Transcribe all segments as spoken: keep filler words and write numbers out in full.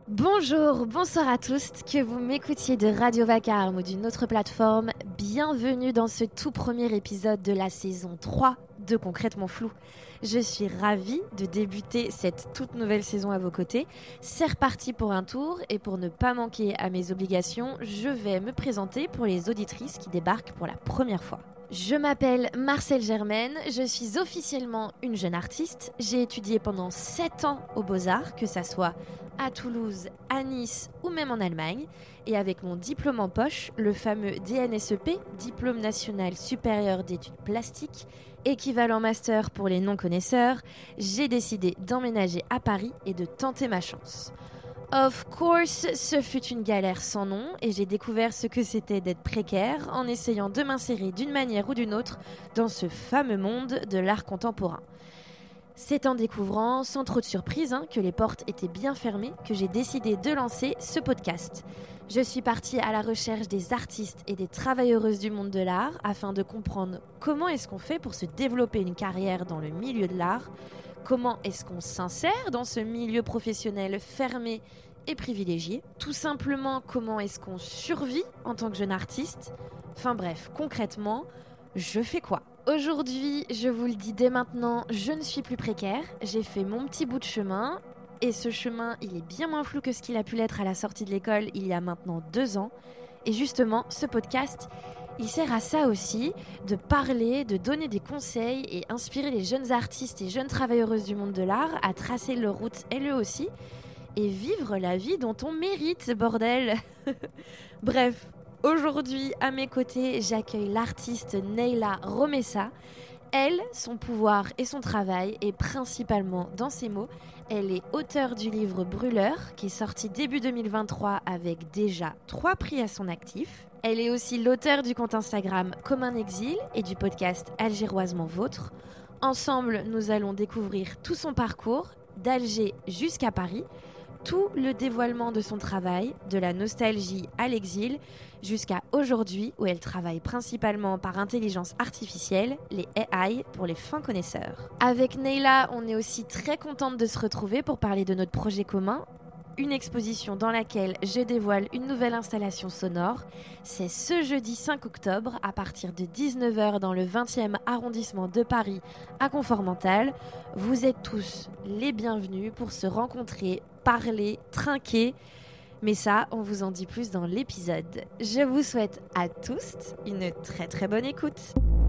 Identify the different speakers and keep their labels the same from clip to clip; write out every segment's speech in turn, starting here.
Speaker 1: Bonjour, bonsoir à tous, que vous m'écoutiez de Radio Vacarme ou d'une autre plateforme, bienvenue dans ce tout premier épisode de la saison trois de Concrètement Flou. Je suis ravie de débuter cette toute nouvelle saison à vos côtés. C'est reparti pour un tour et pour ne pas manquer à mes obligations, je vais me présenter pour les auditrices qui débarquent pour la première fois. Je m'appelle Marcelle Germaine, je suis officiellement une jeune artiste. J'ai étudié pendant sept ans aux Beaux-Arts, que ça soit à Toulouse, à Nice ou même en Allemagne. Et avec mon diplôme en poche, le fameux D N S E P, Diplôme National Supérieur d'Études Plastiques, équivalent master pour les non-connaisseurs, j'ai décidé d'emménager à Paris et de tenter ma chance. Of course, ce fut une galère sans nom et j'ai découvert ce que c'était d'être précaire en essayant de m'insérer d'une manière ou d'une autre dans ce fameux monde de l'art contemporain. C'est en découvrant, sans trop de surprise, hein, que les portes étaient bien fermées, que j'ai décidé de lancer ce podcast. Je suis partie à la recherche des artistes et des travailleuses du monde de l'art afin de comprendre comment est-ce qu'on fait pour se développer une carrière dans le milieu de l'art. Comment est-ce qu'on s'insère dans ce milieu professionnel fermé et privilégié? Tout simplement, comment est-ce qu'on survit en tant que jeune artiste? Enfin bref, concrètement, je fais quoi? Aujourd'hui, je vous le dis dès maintenant, je ne suis plus précaire. J'ai fait mon petit bout de chemin. Et ce chemin, il est bien moins flou que ce qu'il a pu l'être à la sortie de l'école il y a maintenant deux ans. Et justement, ce podcast, il sert à ça aussi, de parler, de donner des conseils et inspirer les jeunes artistes et jeunes travailleuses du monde de l'art à tracer leur route, elles aussi, et vivre la vie dont on mérite, bordel. Bref, aujourd'hui, à mes côtés, j'accueille l'artiste Neyla Romessa. Elle, son pouvoir et son travail est principalement dans ses mots. Elle est auteure du livre Brûleur, qui est sorti début deux mille vingt-trois avec déjà trois prix à son actif. Elle est aussi l'auteure du compte Instagram Comme un exil et du podcast Algéroisement Vôtre. Ensemble, nous allons découvrir tout son parcours, d'Alger jusqu'à Paris, tout le dévoilement de son travail, de la nostalgie à l'exil, jusqu'à aujourd'hui où elle travaille principalement par intelligence artificielle, les A I pour les fins connaisseurs. Avec Neyla, on est aussi très contente de se retrouver pour parler de notre projet commun, une exposition dans laquelle je dévoile une nouvelle installation sonore. C'est ce jeudi cinq octobre à partir de dix-neuf heures dans le vingtième arrondissement de Paris à Conformental. Vous êtes tous les bienvenus pour se rencontrer, parler, trinquer. Mais ça, on vous en dit plus dans l'épisode. Je vous souhaite à tous une très très bonne écoute.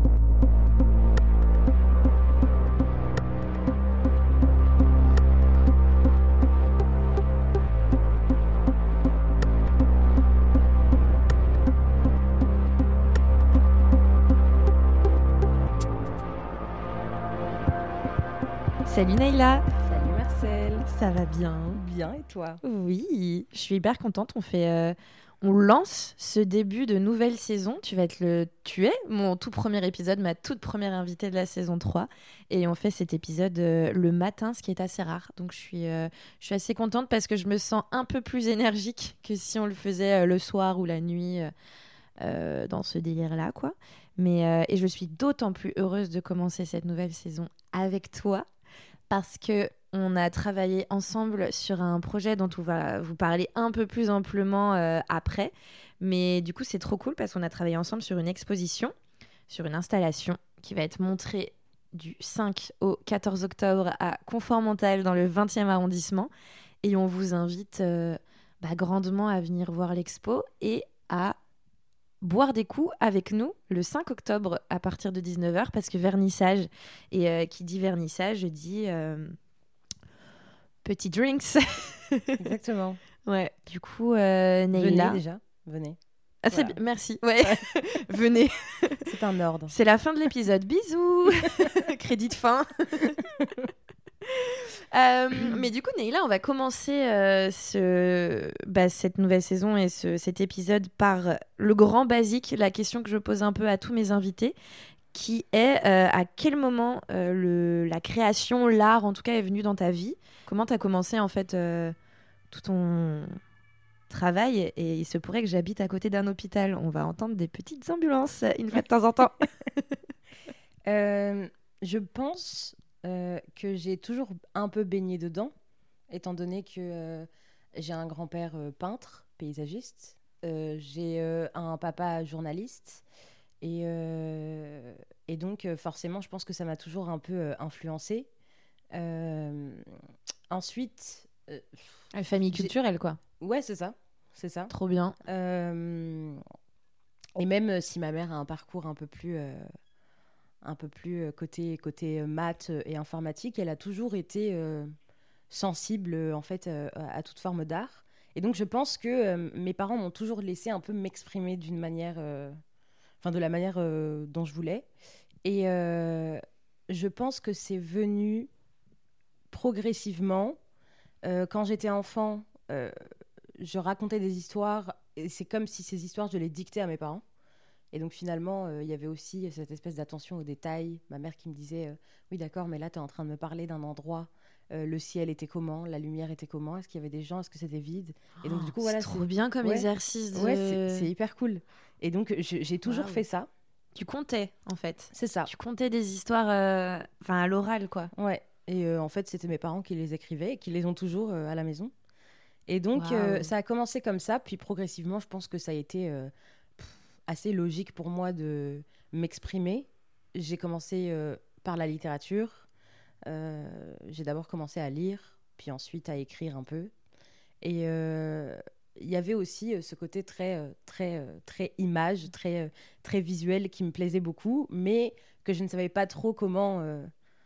Speaker 1: Salut Neyla.
Speaker 2: Salut Marcel.
Speaker 1: Ça va bien?
Speaker 2: Bien, et toi?
Speaker 1: Oui, je suis hyper contente. On fait, euh, on lance ce début de nouvelle saison. Tu vas être le, tu es mon tout premier épisode, ma toute première invitée de la saison trois. Et on fait cet épisode euh, le matin, ce qui est assez rare. Donc je suis, euh, je suis assez contente parce que je me sens un peu plus énergique que si on le faisait euh, le soir ou la nuit euh, euh, dans ce délire-là, quoi. Mais, euh, et je suis d'autant plus heureuse de commencer cette nouvelle saison avec toi. Parce qu'on a travaillé ensemble sur un projet dont on va vous parler un peu plus amplement euh, après. Mais du coup, c'est trop cool parce qu'on a travaillé ensemble sur une exposition, sur une installation qui va être montrée du cinq au quatorze octobre à Conformental dans le vingtième arrondissement. Et on vous invite euh, bah, grandement à venir voir l'expo et à boire des coups avec nous le cinq octobre à partir de dix-neuf heures parce que vernissage, et euh, qui dit vernissage, je dis euh, petit drinks.
Speaker 2: Exactement.
Speaker 1: Ouais, du coup, euh, Neyla.
Speaker 2: Venez déjà, venez.
Speaker 1: Ah, c'est
Speaker 2: Voilà.
Speaker 1: bi- Merci. Ouais. Venez.
Speaker 2: C'est un ordre.
Speaker 1: C'est la fin de l'épisode. Bisous. Crédit de fin. Euh, mais du coup, Neyla, on va commencer euh, ce, bah, cette nouvelle saison et ce, cet épisode par le grand basique, la question que je pose un peu à tous mes invités, qui est euh, à quel moment euh, le, la création, l'art en tout cas, est venue dans ta vie? Comment tu as commencé en fait euh, tout ton travail? Et il se pourrait que j'habite à côté d'un hôpital. On va entendre des petites ambulances une fois de temps en temps.
Speaker 2: euh, je pense... Euh, que j'ai toujours un peu baigné dedans, étant donné que euh, j'ai un grand-père euh, peintre, paysagiste. Euh, j'ai euh, un papa journaliste. Et, euh, et donc, euh, forcément, je pense que ça m'a toujours un peu euh, influencée. Euh, ensuite, euh,
Speaker 1: La famille
Speaker 2: j'ai-
Speaker 1: culturelle, quoi.
Speaker 2: ouais, c'est ça. C'est ça.
Speaker 1: Trop bien.
Speaker 2: Euh, et même euh, si ma mère a un parcours un peu plus, euh, un peu plus euh, côté, côté euh, maths et informatique, elle a toujours été euh, sensible euh, en fait euh, à, à toute forme d'art. Et donc, je pense que euh, mes parents m'ont toujours laissé un peu m'exprimer d'une manière, euh, enfin de la manière euh, dont je voulais. Et euh, je pense que c'est venu progressivement. Euh, quand j'étais enfant, euh, je racontais des histoires et c'est comme si ces histoires, je les dictais à mes parents. Et donc finalement, euh, il y avait aussi cette espèce d'attention aux détails. Ma mère qui me disait euh, oui, d'accord, mais là, tu es en train de me parler d'un endroit. Euh, le ciel était comment? La lumière était comment? Est-ce qu'il y avait des gens? Est-ce que c'était vide? Et donc,
Speaker 1: Oh,
Speaker 2: du coup,
Speaker 1: c'est
Speaker 2: voilà.
Speaker 1: trop
Speaker 2: c'est...
Speaker 1: bien comme
Speaker 2: Ouais,
Speaker 1: exercice de...
Speaker 2: ouais c'est, c'est hyper cool. Et donc, je- j'ai toujours
Speaker 1: Waouh.
Speaker 2: fait ça.
Speaker 1: Tu comptais, en fait.
Speaker 2: C'est ça.
Speaker 1: Tu comptais des histoires, euh, enfin, à l'oral, quoi.
Speaker 2: Ouais. Et euh, en fait, c'était mes parents qui les écrivaient et qui les ont toujours euh, à la maison. Et donc, euh,
Speaker 1: Waouh.
Speaker 2: ça a commencé comme ça. Puis progressivement, je pense que ça a été euh, pff, assez logique pour moi de m'exprimer. J'ai commencé euh, par la littérature. Euh, j'ai d'abord commencé à lire, puis ensuite à écrire un peu. Et euh, il y avait aussi euh, ce côté très, euh, très, euh, très image, très, euh, très visuel qui me plaisait beaucoup, mais que je ne savais pas trop comment euh,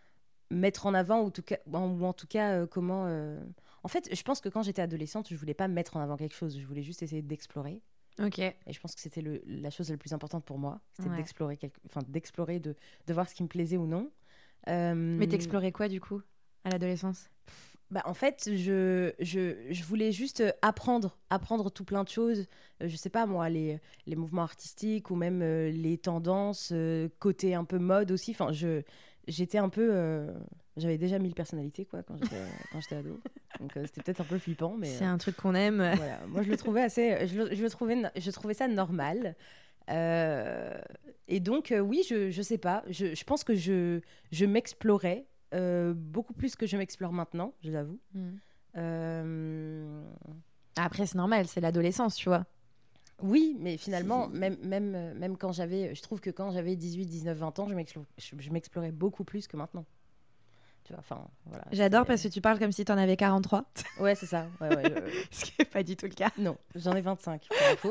Speaker 2: mettre en avant, ou, tout cas, ou en ou en tout cas euh, comment... euh, En fait, je pense que quand j'étais adolescente, je voulais pas mettre en avant quelque chose, je voulais juste essayer d'explorer.
Speaker 1: Ok.
Speaker 2: Et je pense que c'était le- la chose la plus importante pour moi, c'était
Speaker 1: Ouais.
Speaker 2: d'explorer, quelque... enfin, d'explorer de, de voir ce qui me plaisait ou non. Euh,
Speaker 1: Mais t'explorais quoi, du coup, à l'adolescence?
Speaker 2: Bah, en fait, je, je, je voulais juste apprendre, apprendre tout plein de choses. Euh, je sais pas, moi, les, les mouvements artistiques ou même euh, les tendances, euh, côté un peu mode aussi. Enfin, je, j'étais un peu... euh, j'avais déjà mille personnalités, quoi, quand j'étais, quand j'étais ado. Donc, euh, c'était peut-être un peu flippant, mais...
Speaker 1: C'est
Speaker 2: euh,
Speaker 1: un truc qu'on aime.
Speaker 2: voilà. Moi, je le trouvais assez... Je, le- je, le trouvais, no- je trouvais ça normal. Euh, et donc, euh, oui, je, je sais pas. Je, je pense que je, je m'explorais euh, beaucoup plus que je m'explore maintenant, je l'avoue.
Speaker 1: Mm.
Speaker 2: Euh,
Speaker 1: Après, c'est normal, c'est l'adolescence, tu vois.
Speaker 2: Oui, mais finalement,
Speaker 1: C'est-
Speaker 2: même, même, euh, même quand j'avais... Je trouve que quand j'avais dix-huit, dix-neuf, vingt ans, je m'explo- je, je m'explorais beaucoup plus que maintenant. Tu vois, enfin, voilà.
Speaker 1: J'adore
Speaker 2: c'est-
Speaker 1: parce que tu parles comme si t'en avais quarante-trois.
Speaker 2: Ouais, c'est ça. Ouais, ouais, euh,
Speaker 1: Ce qui n'est pas du tout le cas.
Speaker 2: Non, j'en ai vingt-cinq, pour info.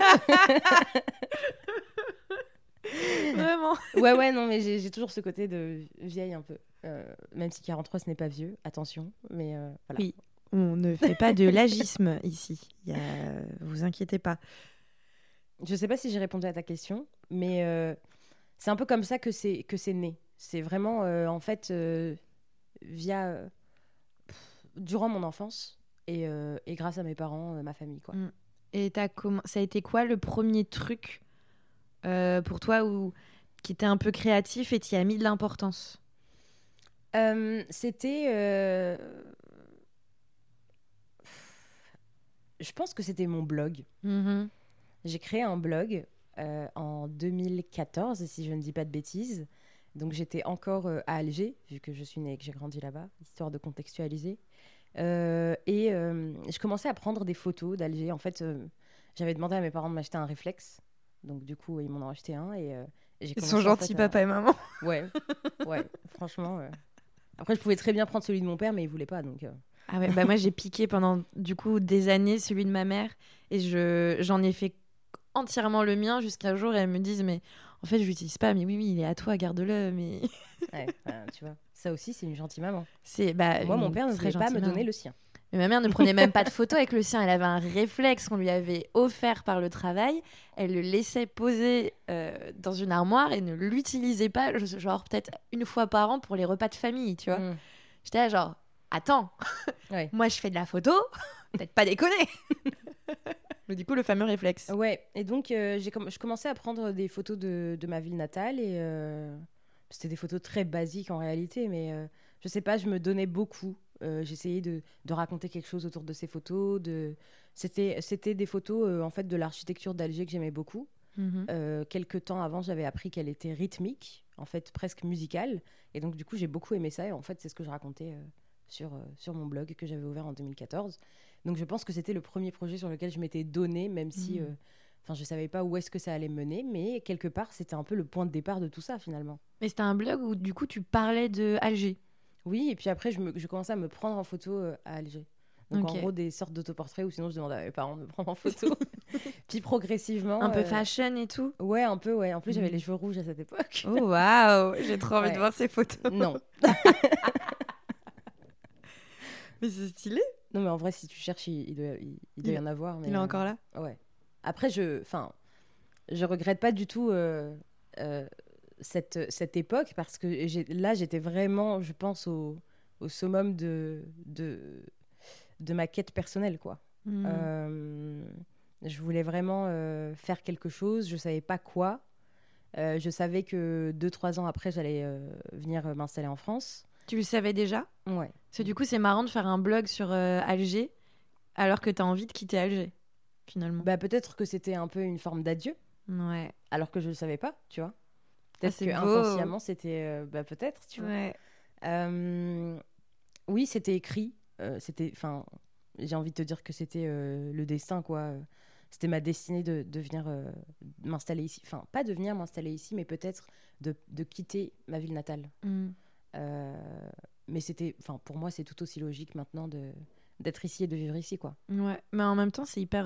Speaker 1: Vraiment.
Speaker 2: Ouais, ouais, non, mais j'ai j'ai toujours ce côté de vieille un peu. Euh, même si quarante-trois, ce n'est pas vieux, attention. Mais euh, voilà.
Speaker 1: Oui, on ne fait pas de l'agisme ici. Il y a... Vous inquiétez pas.
Speaker 2: Je sais pas si j'ai répondu à ta question, mais euh, c'est un peu comme ça que c'est que c'est né. C'est vraiment, euh, en fait, euh, via... euh, pff, durant mon enfance et, euh, et grâce à mes parents, euh, ma famille, quoi.
Speaker 1: Mm. Et t'as comm- ça a été quoi le premier truc euh, pour toi où... qui était un peu créatif et t'y as mis de l'importance?
Speaker 2: Euh, c'était... euh, Je pense que c'était mon blog.
Speaker 1: Mhm.
Speaker 2: J'ai créé un blog euh, en deux mille quatorze, si je ne dis pas de bêtises. Donc j'étais encore euh, à Alger, vu que je suis née et que j'ai grandi là-bas, histoire de contextualiser. Euh, et euh, je commençais à prendre des photos d'Alger. En fait, euh, j'avais demandé à mes parents de m'acheter un réflexe. Donc du coup, ils m'en ont acheté un. Et, euh, et j'ai
Speaker 1: Ils
Speaker 2: commencé,
Speaker 1: sont
Speaker 2: en
Speaker 1: gentils,
Speaker 2: fait, à-
Speaker 1: papa et maman.
Speaker 2: Ouais, ouais, franchement. euh. Après, je pouvais très bien prendre celui de mon père, mais il voulait pas. Donc, euh,
Speaker 1: Ah ouais, bah moi j'ai piqué pendant du coup des années celui de ma mère et je j'en ai fait entièrement le mien jusqu'à un jour elle me dise mais en fait je l'utilise pas mais oui oui il est à toi garde-le mais
Speaker 2: ouais, enfin, tu vois. Ça aussi, c'est une gentille maman.
Speaker 1: c'est bah
Speaker 2: Moi, mon
Speaker 1: une
Speaker 2: père ne
Speaker 1: très
Speaker 2: voulait pas
Speaker 1: gentille
Speaker 2: me
Speaker 1: maman.
Speaker 2: donner le sien.
Speaker 1: Mais ma mère ne prenait même pas de photos avec le sien. Elle avait un réflexe qu'on lui avait offert par le travail. Elle le laissait poser euh, dans une armoire et ne l'utilisait pas, genre peut-être une fois par an pour les repas de famille, tu vois.
Speaker 2: Mm.
Speaker 1: J'étais là genre, attends,
Speaker 2: Ouais.
Speaker 1: moi je fais de la photo, peut-être pas déconner. Mais du coup, le fameux réflexe.
Speaker 2: Ouais, et donc euh, j'ai comm- je commençais à prendre des photos de, de ma ville natale et euh, c'était des photos très basiques en réalité, mais euh, je sais pas, je me donnais beaucoup. Euh, j'essayais de, de raconter quelque chose autour de ces photos. De... C'était, c'était des photos euh, en fait de l'architecture d'Alger que j'aimais beaucoup.
Speaker 1: Mhm.
Speaker 2: Euh, quelques temps avant, j'avais appris qu'elle était rythmique, en fait presque musicale, et donc du coup j'ai beaucoup aimé ça. Et en fait, c'est ce que je racontais euh, sur, euh, sur mon blog que j'avais ouvert en deux mille quatorze. Donc je pense que c'était le premier projet sur lequel je m'étais donnée, même si mmh. euh, je ne savais pas où est-ce que ça allait mener, mais quelque part, c'était un peu le point de départ de tout ça, finalement.
Speaker 1: Mais c'était un blog où, du coup, tu parlais de Alger.
Speaker 2: Oui, et puis après, je, me, je commençais à me prendre en photo euh, à Alger. Donc okay. en gros, des sortes d'autoportraits, ou sinon je demandais à mes parents de me prendre en photo. Puis progressivement...
Speaker 1: Un peu
Speaker 2: euh...
Speaker 1: fashion et tout.
Speaker 2: Ouais, un peu, ouais. En plus, mmh. j'avais les cheveux rouges à cette époque.
Speaker 1: Oh, waouh. J'ai trop envie
Speaker 2: ouais.
Speaker 1: de voir ces photos.
Speaker 2: Non.
Speaker 1: Mais c'est stylé.
Speaker 2: Non, mais en vrai, si tu cherches, il, il doit, il, il doit il, y en avoir. Mais,
Speaker 1: il est
Speaker 2: euh,
Speaker 1: encore là.
Speaker 2: Ouais. Après, je... Enfin, je regrette pas du tout euh, euh, cette, cette époque, parce que j'ai, là, j'étais vraiment, je pense, au, au summum de... de de ma quête personnelle, quoi. Mmh. Euh, je voulais vraiment euh, faire quelque chose, je savais pas quoi. Euh, je savais que deux, trois ans après, j'allais euh, venir m'installer en France.
Speaker 1: Tu le savais déjà ?
Speaker 2: Ouais.
Speaker 1: Parce que du coup, c'est marrant de faire un blog sur euh, Alger, alors que tu as envie de quitter Alger, finalement.
Speaker 2: Bah, peut-être que c'était un peu une forme d'adieu,
Speaker 1: ouais.
Speaker 2: alors que je le savais pas, tu vois. Peut-être
Speaker 1: ah,
Speaker 2: que inconsciemment, c'était... Euh, bah, peut-être, tu vois.
Speaker 1: Ouais.
Speaker 2: Euh, oui, c'était écrit. Euh, c'était, enfin, j'ai envie de te dire que c'était euh, le destin, quoi. C'était ma destinée de, de venir euh, m'installer ici. Enfin, pas de venir m'installer ici, mais peut-être de, de quitter ma ville natale.
Speaker 1: Mm.
Speaker 2: Euh, mais c'était, enfin, pour moi, c'est tout aussi logique maintenant de, d'être ici et de vivre ici, quoi.
Speaker 1: Ouais, mais en même temps, c'est hyper...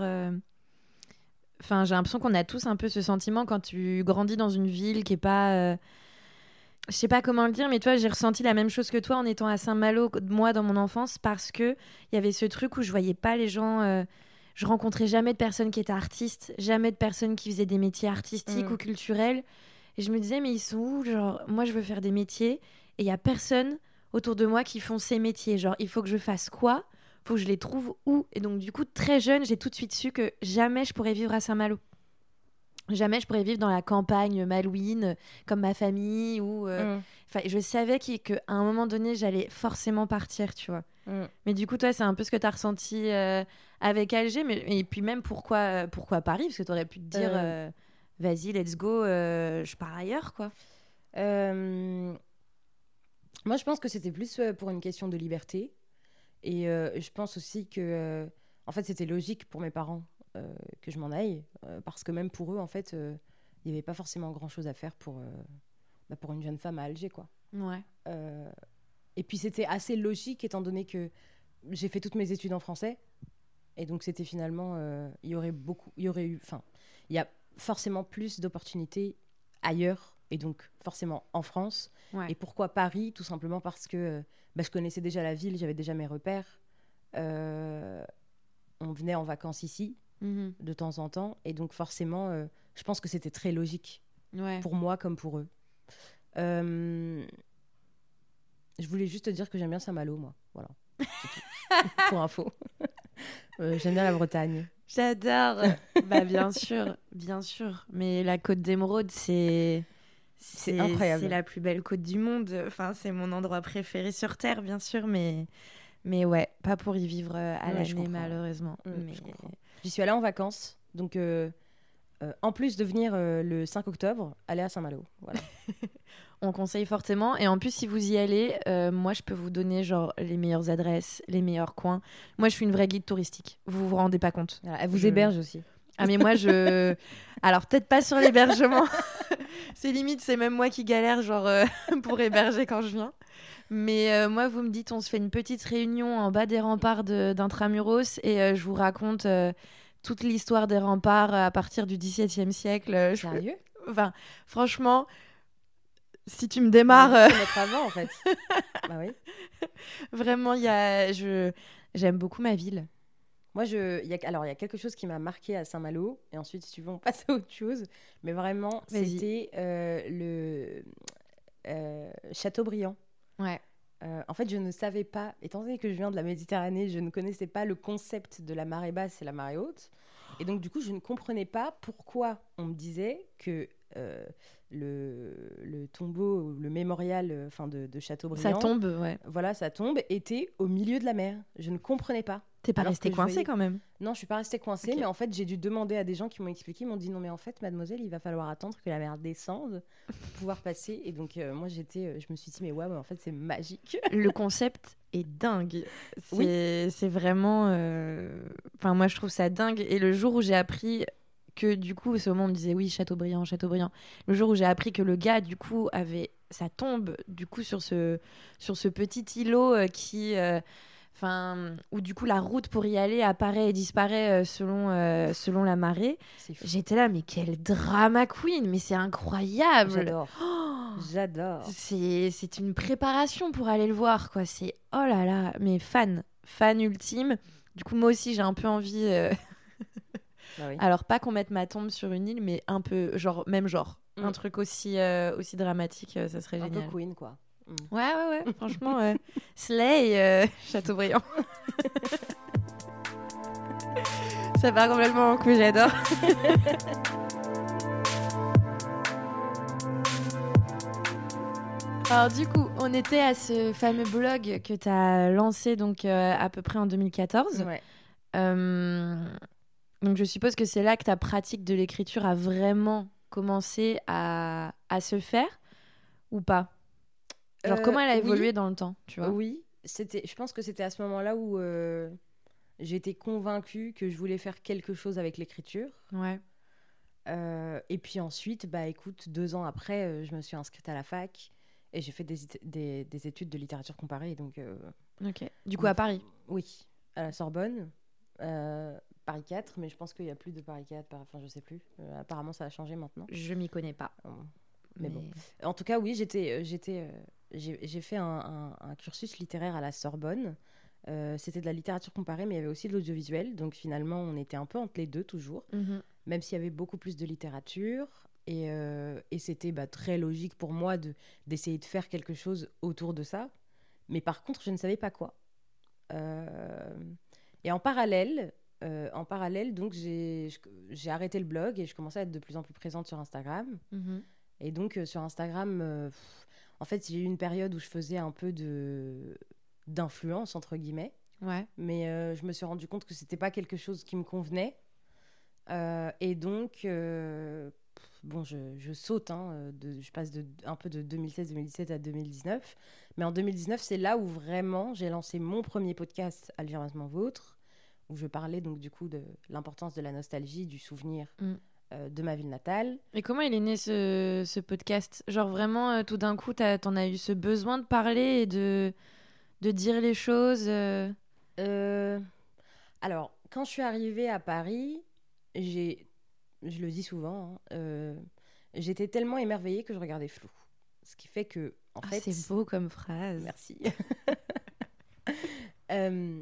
Speaker 1: Enfin, euh... j'ai l'impression qu'on a tous un peu ce sentiment quand tu grandis dans une ville qui est pas... Euh... Je sais pas comment le dire, mais toi, j'ai ressenti la même chose que toi en étant à Saint-Malo, moi, dans mon enfance, parce qu'il y avait ce truc où je voyais pas les gens... Euh... Je rencontrais jamais de personnes qui étaient artistes, jamais de personnes qui faisaient des métiers artistiques mmh. ou culturels. Et je me disais, mais ils sont où ? Genre, moi, je veux faire des métiers et il y a personne autour de moi qui font ces métiers. Genre, il faut que je fasse quoi ? Il faut que je les trouve où ? Et donc, du coup, très jeune, j'ai tout de suite su que jamais je pourrais vivre à Saint-Malo. Jamais je pourrais vivre dans la campagne malouine, comme ma famille. Ou, euh... mmh. Enfin, je savais qu'à un moment donné, j'allais forcément partir, tu vois. Mm. Mais du coup, toi, c'est un peu ce que tu as ressenti euh, avec Alger. Mais, et puis même, pourquoi, pourquoi Paris ? Parce que tu aurais pu te dire, euh... Euh, vas-y, let's go, euh, je pars ailleurs, quoi.
Speaker 2: Euh... Moi, je pense que c'était plus pour une question de liberté. Et euh, je pense aussi que, euh, en fait, c'était logique pour mes parents euh, que je m'en aille. Euh, parce que même pour eux, en fait, il euh, n'y avait pas forcément grand-chose à faire pour, euh, bah, pour une jeune femme à Alger, quoi.
Speaker 1: Ouais.
Speaker 2: Euh... Et puis, c'était assez logique, étant donné que j'ai fait toutes mes études en français. Et donc, c'était finalement... Euh, il y aurait beaucoup... Il y aurait eu... Enfin, il y a forcément plus d'opportunités ailleurs, et donc forcément en France.
Speaker 1: Ouais.
Speaker 2: Et pourquoi Paris ? Tout simplement parce que bah, je connaissais déjà la ville, j'avais déjà mes repères. Euh, on venait en vacances ici, mm-hmm. de temps en temps. Et donc, forcément, euh, je pense que c'était très logique.
Speaker 1: Ouais.
Speaker 2: Pour moi comme pour eux. Euh... Je voulais juste te dire que j'aime bien Saint-Malo, moi. Voilà. Pour info. euh, j'aime bien la Bretagne.
Speaker 1: J'adore. Bah bien sûr, bien sûr. Mais la Côte d'Émeraude, c'est... c'est...
Speaker 2: C'est incroyable.
Speaker 1: C'est la plus belle côte du monde. Enfin, c'est mon endroit préféré sur Terre, bien sûr. Mais, mais ouais, pas pour y vivre à ouais, l'année, malheureusement.
Speaker 2: Mmh,
Speaker 1: mais...
Speaker 2: J'y suis allée en vacances. Donc, euh, euh, en plus de venir euh, le cinq octobre, aller à Saint-Malo. Voilà.
Speaker 1: On conseille fortement. Et en plus, si vous y allez, euh, moi, je peux vous donner genre les meilleures adresses, les meilleurs coins. Moi, je suis une vraie guide touristique. Vous vous rendez pas compte.
Speaker 2: Voilà, elle vous
Speaker 1: je...
Speaker 2: héberge aussi.
Speaker 1: Ah, mais moi, je... Alors, peut-être pas sur l'hébergement. C'est limite, c'est même moi qui galère genre euh, pour héberger quand je viens. Mais euh, moi, vous me dites, on se fait une petite réunion en bas des remparts de, d'Intramuros et euh, je vous raconte euh, toute l'histoire des remparts à partir du dix-septième siècle.
Speaker 2: Sérieux ?
Speaker 1: je... Enfin, franchement... Si tu me démarres...
Speaker 2: Euh... mettre avant, en fait. Bah oui.
Speaker 1: Vraiment, y a... je... j'aime beaucoup ma ville.
Speaker 2: Moi, je... y a... alors, il y a quelque chose qui m'a marqué à Saint-Malo. Et ensuite, si tu veux, on passe à autre chose. Mais vraiment, Vas-y. C'était euh, le euh, Châteaubriand.
Speaker 1: Ouais.
Speaker 2: Euh, en fait, je ne savais pas, étant donné que je viens de la Méditerranée, je ne connaissais pas le concept de la marée basse et la marée haute. Et donc, du coup, je ne comprenais pas pourquoi on me disait que... Euh, le, le tombeau, le mémorial enfin de, de Châteaubriand,
Speaker 1: sa tombe, ouais.
Speaker 2: Voilà, sa tombe était au milieu de la mer. Je ne comprenais pas.
Speaker 1: T'es pas restée coincée voyais... quand même ?
Speaker 2: Non, je suis pas restée coincée, okay. Mais en fait, j'ai dû demander à des gens qui m'ont expliqué, ils m'ont dit non, mais en fait, mademoiselle, il va falloir attendre que la mer descende pour pouvoir passer. Et donc, euh, moi, j'étais, je me suis dit, mais ouais, mais en fait, c'est magique.
Speaker 1: Le concept est dingue. C'est,
Speaker 2: Oui.
Speaker 1: c'est vraiment... euh, Enfin, moi, je trouve ça dingue. Et le jour où j'ai appris que, du coup, ce moment, on me disait, oui, Chateaubriand, Chateaubriand. Le jour où j'ai appris que le gars, du coup, avait sa tombe, du coup, sur ce, sur ce petit îlot euh, qui... euh, Enfin, où du coup la route pour y aller apparaît et disparaît euh, selon, euh, selon la marée.
Speaker 2: C'est fou.
Speaker 1: J'étais là, mais quel drama queen, mais c'est incroyable.
Speaker 2: J'adore.
Speaker 1: Oh,
Speaker 2: J'adore.
Speaker 1: c'est, c'est une préparation pour aller le voir, quoi. C'est, oh là là, mais fan, fan ultime. Du coup, moi aussi, j'ai un peu envie... euh,
Speaker 2: Bah oui.
Speaker 1: Alors, pas qu'on mette ma tombe sur une île, mais un peu, genre, même genre.
Speaker 2: Mm.
Speaker 1: Un truc aussi, euh, aussi dramatique, euh, ça serait
Speaker 2: Un
Speaker 1: génial.
Speaker 2: peu Queen, quoi. Mm.
Speaker 1: Ouais, ouais, ouais. Franchement, euh, Slay, euh, Chateaubriand. Ça part complètement en couille, j'adore. Alors du coup, on était à ce fameux blog que tu as lancé donc euh, à peu près en deux mille quatorze.
Speaker 2: Ouais.
Speaker 1: Euh, donc je suppose que c'est là que ta pratique de l'écriture a vraiment commencé à, à se faire ou pas? Genre
Speaker 2: Euh,
Speaker 1: comment elle a
Speaker 2: oui.
Speaker 1: évolué dans le temps, tu vois?
Speaker 2: Oui, c'était, je pense que c'était à ce moment-là où euh, j'étais convaincue que je voulais faire quelque chose avec l'écriture.
Speaker 1: Ouais.
Speaker 2: Euh, et puis ensuite, bah écoute, deux ans après, euh, je me suis inscrite à la fac et j'ai fait des, it- des, des études de littérature comparée. Donc, euh,
Speaker 1: Ok. Du coup à Paris.
Speaker 2: oui, à la Sorbonne, euh, Paris quatre, mais je pense qu'il n'y a plus de Paris quatre, par- enfin je sais plus. Euh, apparemment, ça a changé maintenant.
Speaker 1: Je m'y connais pas.
Speaker 2: Euh, Mais bon. En tout cas, oui, j'étais, euh, j'étais, euh, j'ai, j'ai fait un, un- un cursus littéraire à la Sorbonne. Euh, c'était de la littérature comparée, mais il y avait aussi de l'audiovisuel. Donc finalement, on était un peu entre les deux toujours,
Speaker 1: Mhm.
Speaker 2: même s'il y avait beaucoup plus de littérature. Et, euh, et c'était bah, très logique pour moi de, d'essayer de faire quelque chose autour de ça. Mais par contre, je ne savais pas quoi. Euh, et en parallèle, euh, en parallèle, donc j'ai, je- j'ai arrêté le blog et je commençais à être de plus en plus présente sur Instagram.
Speaker 1: Mhm.
Speaker 2: Et donc, euh, sur Instagram, euh, pff, en fait, j'ai eu une période où je faisais un peu de d'influence, entre guillemets.
Speaker 1: Ouais.
Speaker 2: Mais euh, je me suis rendu compte que c'était pas quelque chose qui me convenait. Euh, et donc, euh, pff, bon, je, je saute. Hein, euh, de, je passe de, un peu de deux mille seize deux mille dix-sept à deux mille dix-neuf. Mais en deux mille dix-neuf, c'est là où vraiment j'ai lancé mon premier podcast, Algérien Vôtre, où je parlais donc du coup de l'importance de la nostalgie, du souvenir
Speaker 1: Mm.
Speaker 2: euh, de ma ville natale.
Speaker 1: Et comment il est né ce, ce podcast? Genre vraiment, euh, tout d'un coup, t'as- t'en as eu ce besoin de parler et de, de dire les choses euh,
Speaker 2: Euh, alors, quand je suis arrivée à Paris, j'ai, je le dis souvent, hein, euh, j'étais tellement émerveillée que je regardais flou. Ce qui fait que, en
Speaker 1: Ah,
Speaker 2: fait,
Speaker 1: c'est beau comme phrase.
Speaker 2: merci. Euh,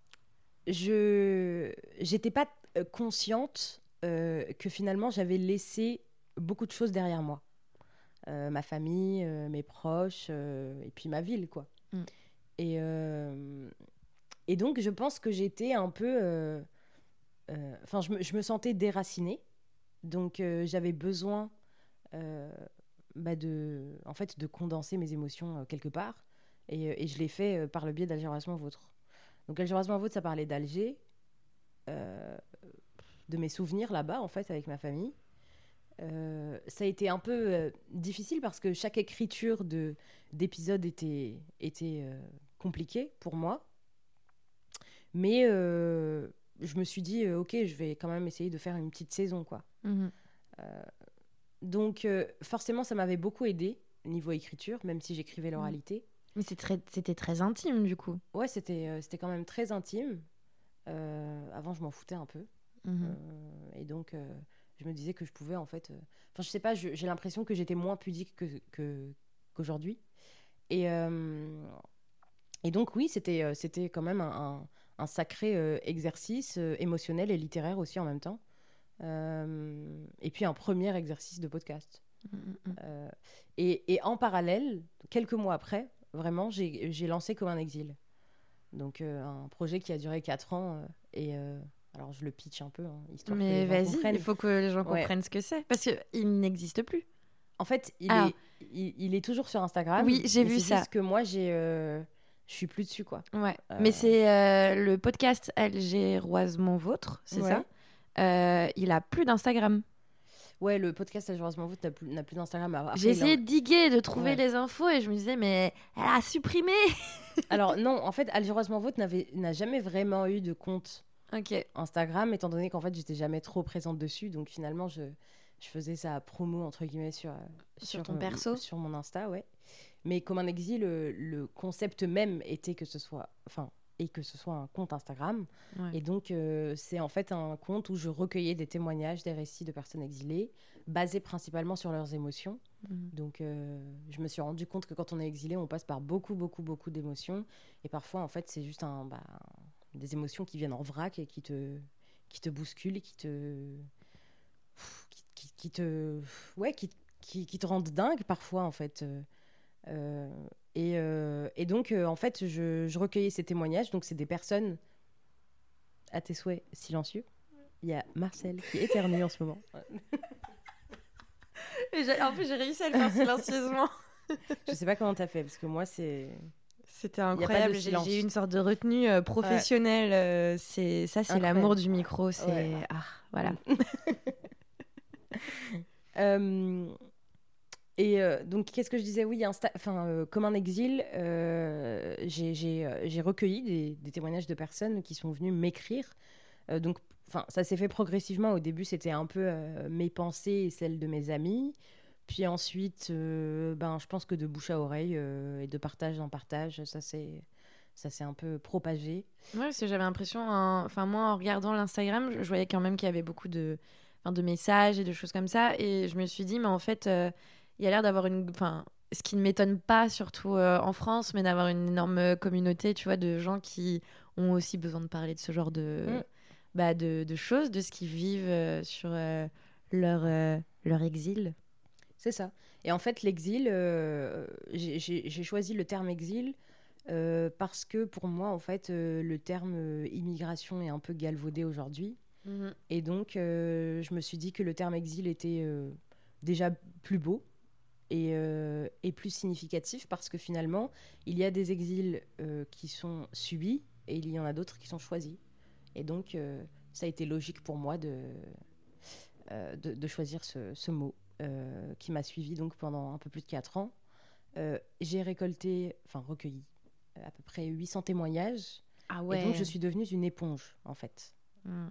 Speaker 2: je, j'étais pas euh, consciente euh, que finalement j'avais laissé beaucoup de choses derrière moi. Euh, ma famille, euh, mes proches, euh, et puis ma ville, quoi.
Speaker 1: Mm.
Speaker 2: Et, euh, et donc, je pense que j'étais un peu... euh, euh, Enfin, je, me, je me sentais déracinée. Donc, euh, j'avais besoin euh, bah, de, en fait, de condenser mes émotions euh, quelque part. Et, euh, et je l'ai fait euh, par le biais d'Alger Erasmus Vôtre. Donc, Alger Erasmus Vôtre, ça parlait d'Alger, euh, de mes souvenirs là-bas, en fait, avec ma famille. Euh, ça a été un peu euh, difficile parce que chaque écriture de, d'épisode était, était euh, compliquée pour moi. Mais euh, je me suis dit, euh, ok, je vais quand même essayer de faire une petite saison, quoi.
Speaker 1: Mhm.
Speaker 2: Euh, donc, euh, forcément, ça m'avait beaucoup aidé niveau écriture, même si j'écrivais
Speaker 1: Mm.
Speaker 2: l'oralité.
Speaker 1: Mais c'est très, c'était très intime, du coup.
Speaker 2: Ouais, c'était, euh, c'était quand même très intime. Euh, avant, je m'en foutais un peu.
Speaker 1: Mhm.
Speaker 2: Euh, et donc, euh, je me disais que je pouvais, en fait... euh, Enfin, je sais pas, je- j'ai l'impression que j'étais moins pudique que, que- qu'aujourd'hui. Et, euh, et donc, oui, c'était, euh, c'était quand même un, un- un sacré euh, exercice euh, émotionnel et littéraire aussi en même temps. Euh, et puis, un premier exercice de podcast.
Speaker 1: Mhm, mhm.
Speaker 2: Euh, et, et en parallèle, quelques mois après, vraiment, j'ai, j'ai lancé Comme un exil. Donc, euh, un projet qui a duré quatre ans. euh, et euh, alors, je le pitch un peu, hein, histoire que
Speaker 1: Mais
Speaker 2: les gens
Speaker 1: vas-y,
Speaker 2: comprennent.
Speaker 1: il faut que les gens
Speaker 2: Ouais.
Speaker 1: comprennent ce que c'est. Parce qu'il n'existe plus.
Speaker 2: En fait, il,
Speaker 1: Alors.
Speaker 2: est, il, il est toujours sur Instagram.
Speaker 1: Oui, j'ai
Speaker 2: mais
Speaker 1: vu
Speaker 2: c'est
Speaker 1: ça.
Speaker 2: juste que moi, j'ai, euh, je suis plus dessus, quoi.
Speaker 1: Ouais.
Speaker 2: Euh,
Speaker 1: Mais c'est euh, le podcast Algéroisement Vôtre, c'est
Speaker 2: ouais.
Speaker 1: ça? Euh, il a plus d'Instagram.
Speaker 2: Ouais, le podcast Algérosement Vote n'a plus, n'a plus d'Instagram. Après,
Speaker 1: J'ai essayé
Speaker 2: a...
Speaker 1: de diguer, de trouver
Speaker 2: ouais.
Speaker 1: les infos et je me disais, mais elle a supprimé.
Speaker 2: Alors non, en fait, Algérosement Vote n'avait, n'a jamais vraiment eu de compte
Speaker 1: okay.
Speaker 2: Instagram, étant donné qu'en fait, j'étais jamais trop présente dessus. Donc finalement, je, je faisais ça à promo, entre guillemets, sur,
Speaker 1: sur,
Speaker 2: sur
Speaker 1: ton perso.
Speaker 2: Sur mon Insta, ouais. Mais comme un exil, le, le concept même était que ce soit... Enfin, et que ce soit un compte Instagram.
Speaker 1: Ouais.
Speaker 2: Et donc, euh, c'est en fait un compte où je recueillais des témoignages, des récits de personnes exilées, basés principalement sur leurs émotions. Mmh. Donc, euh, je me suis rendu compte que quand on est exilé, on passe par beaucoup, beaucoup, beaucoup d'émotions. Et parfois, en fait, c'est juste un, bah, des émotions qui viennent en vrac et qui te, qui te bousculent, qui te... Qui, qui, qui te... Ouais, qui, qui, qui te rendent dingue parfois, en fait. Euh, et, euh, et donc, euh, en fait, je, je recueillais ces témoignages. Donc, c'est des personnes, à tes souhaits, silencieux. Il y a Marcel qui éternue en ce moment.
Speaker 1: En plus, j'ai réussi à le faire silencieusement.
Speaker 2: Je sais pas comment t'as fait, parce que moi, c'est...
Speaker 1: C'était incroyable. J'ai, j'ai eu une sorte de retenue euh, professionnelle. Ouais. Euh, c'est, ça, c'est incroyable. L'amour du micro. C'est... Ouais. Ah, voilà.
Speaker 2: euh... Et euh, donc, qu'est-ce que je disais ? Oui, Insta... enfin, euh, comme un exil, euh, j'ai, j'ai, euh, j'ai recueilli des, des témoignages de personnes qui sont venues m'écrire. Euh, donc, ça s'est fait progressivement. Au début, c'était un peu euh, mes pensées et celles de mes amis. Puis ensuite, euh, ben, je pense que de bouche à oreille euh, et de partage en partage, ça s'est, ça s'est un peu propagé.
Speaker 1: Oui, parce que j'avais l'impression, enfin, moi, en regardant l'Instagram, je, je voyais quand même qu'il y avait beaucoup de, de messages et de choses comme ça. Et je me suis dit, mais en fait... Euh, il y a l'air d'avoir une... Enfin, ce qui ne m'étonne pas, surtout euh, en France, mais d'avoir une énorme communauté, tu vois, de gens qui ont aussi besoin de parler de ce genre de, mm. bah, de, de choses, de ce qu'ils vivent euh, sur euh, leur, euh, leur exil.
Speaker 2: C'est ça. Et en fait, l'exil, euh, j'ai, j'ai, j'ai choisi le terme exil euh, parce que pour moi, en fait, euh, le terme euh, immigration est un peu galvaudé aujourd'hui. Mm. Et donc, euh, je me suis dit que le terme exil était euh, déjà plus beau. Et, euh, et plus significatif parce que finalement, il y a des exils euh, qui sont subis et il y en a d'autres qui sont choisis. Et donc, euh, ça a été logique pour moi de, euh, de, de choisir ce, ce mot euh, qui m'a suivi donc pendant un peu plus de quatre ans. Euh, j'ai récolté, enfin recueilli, à peu près huit cents témoignages.
Speaker 1: Ah ouais.
Speaker 2: Et donc, je suis devenue une éponge, en fait. Mm.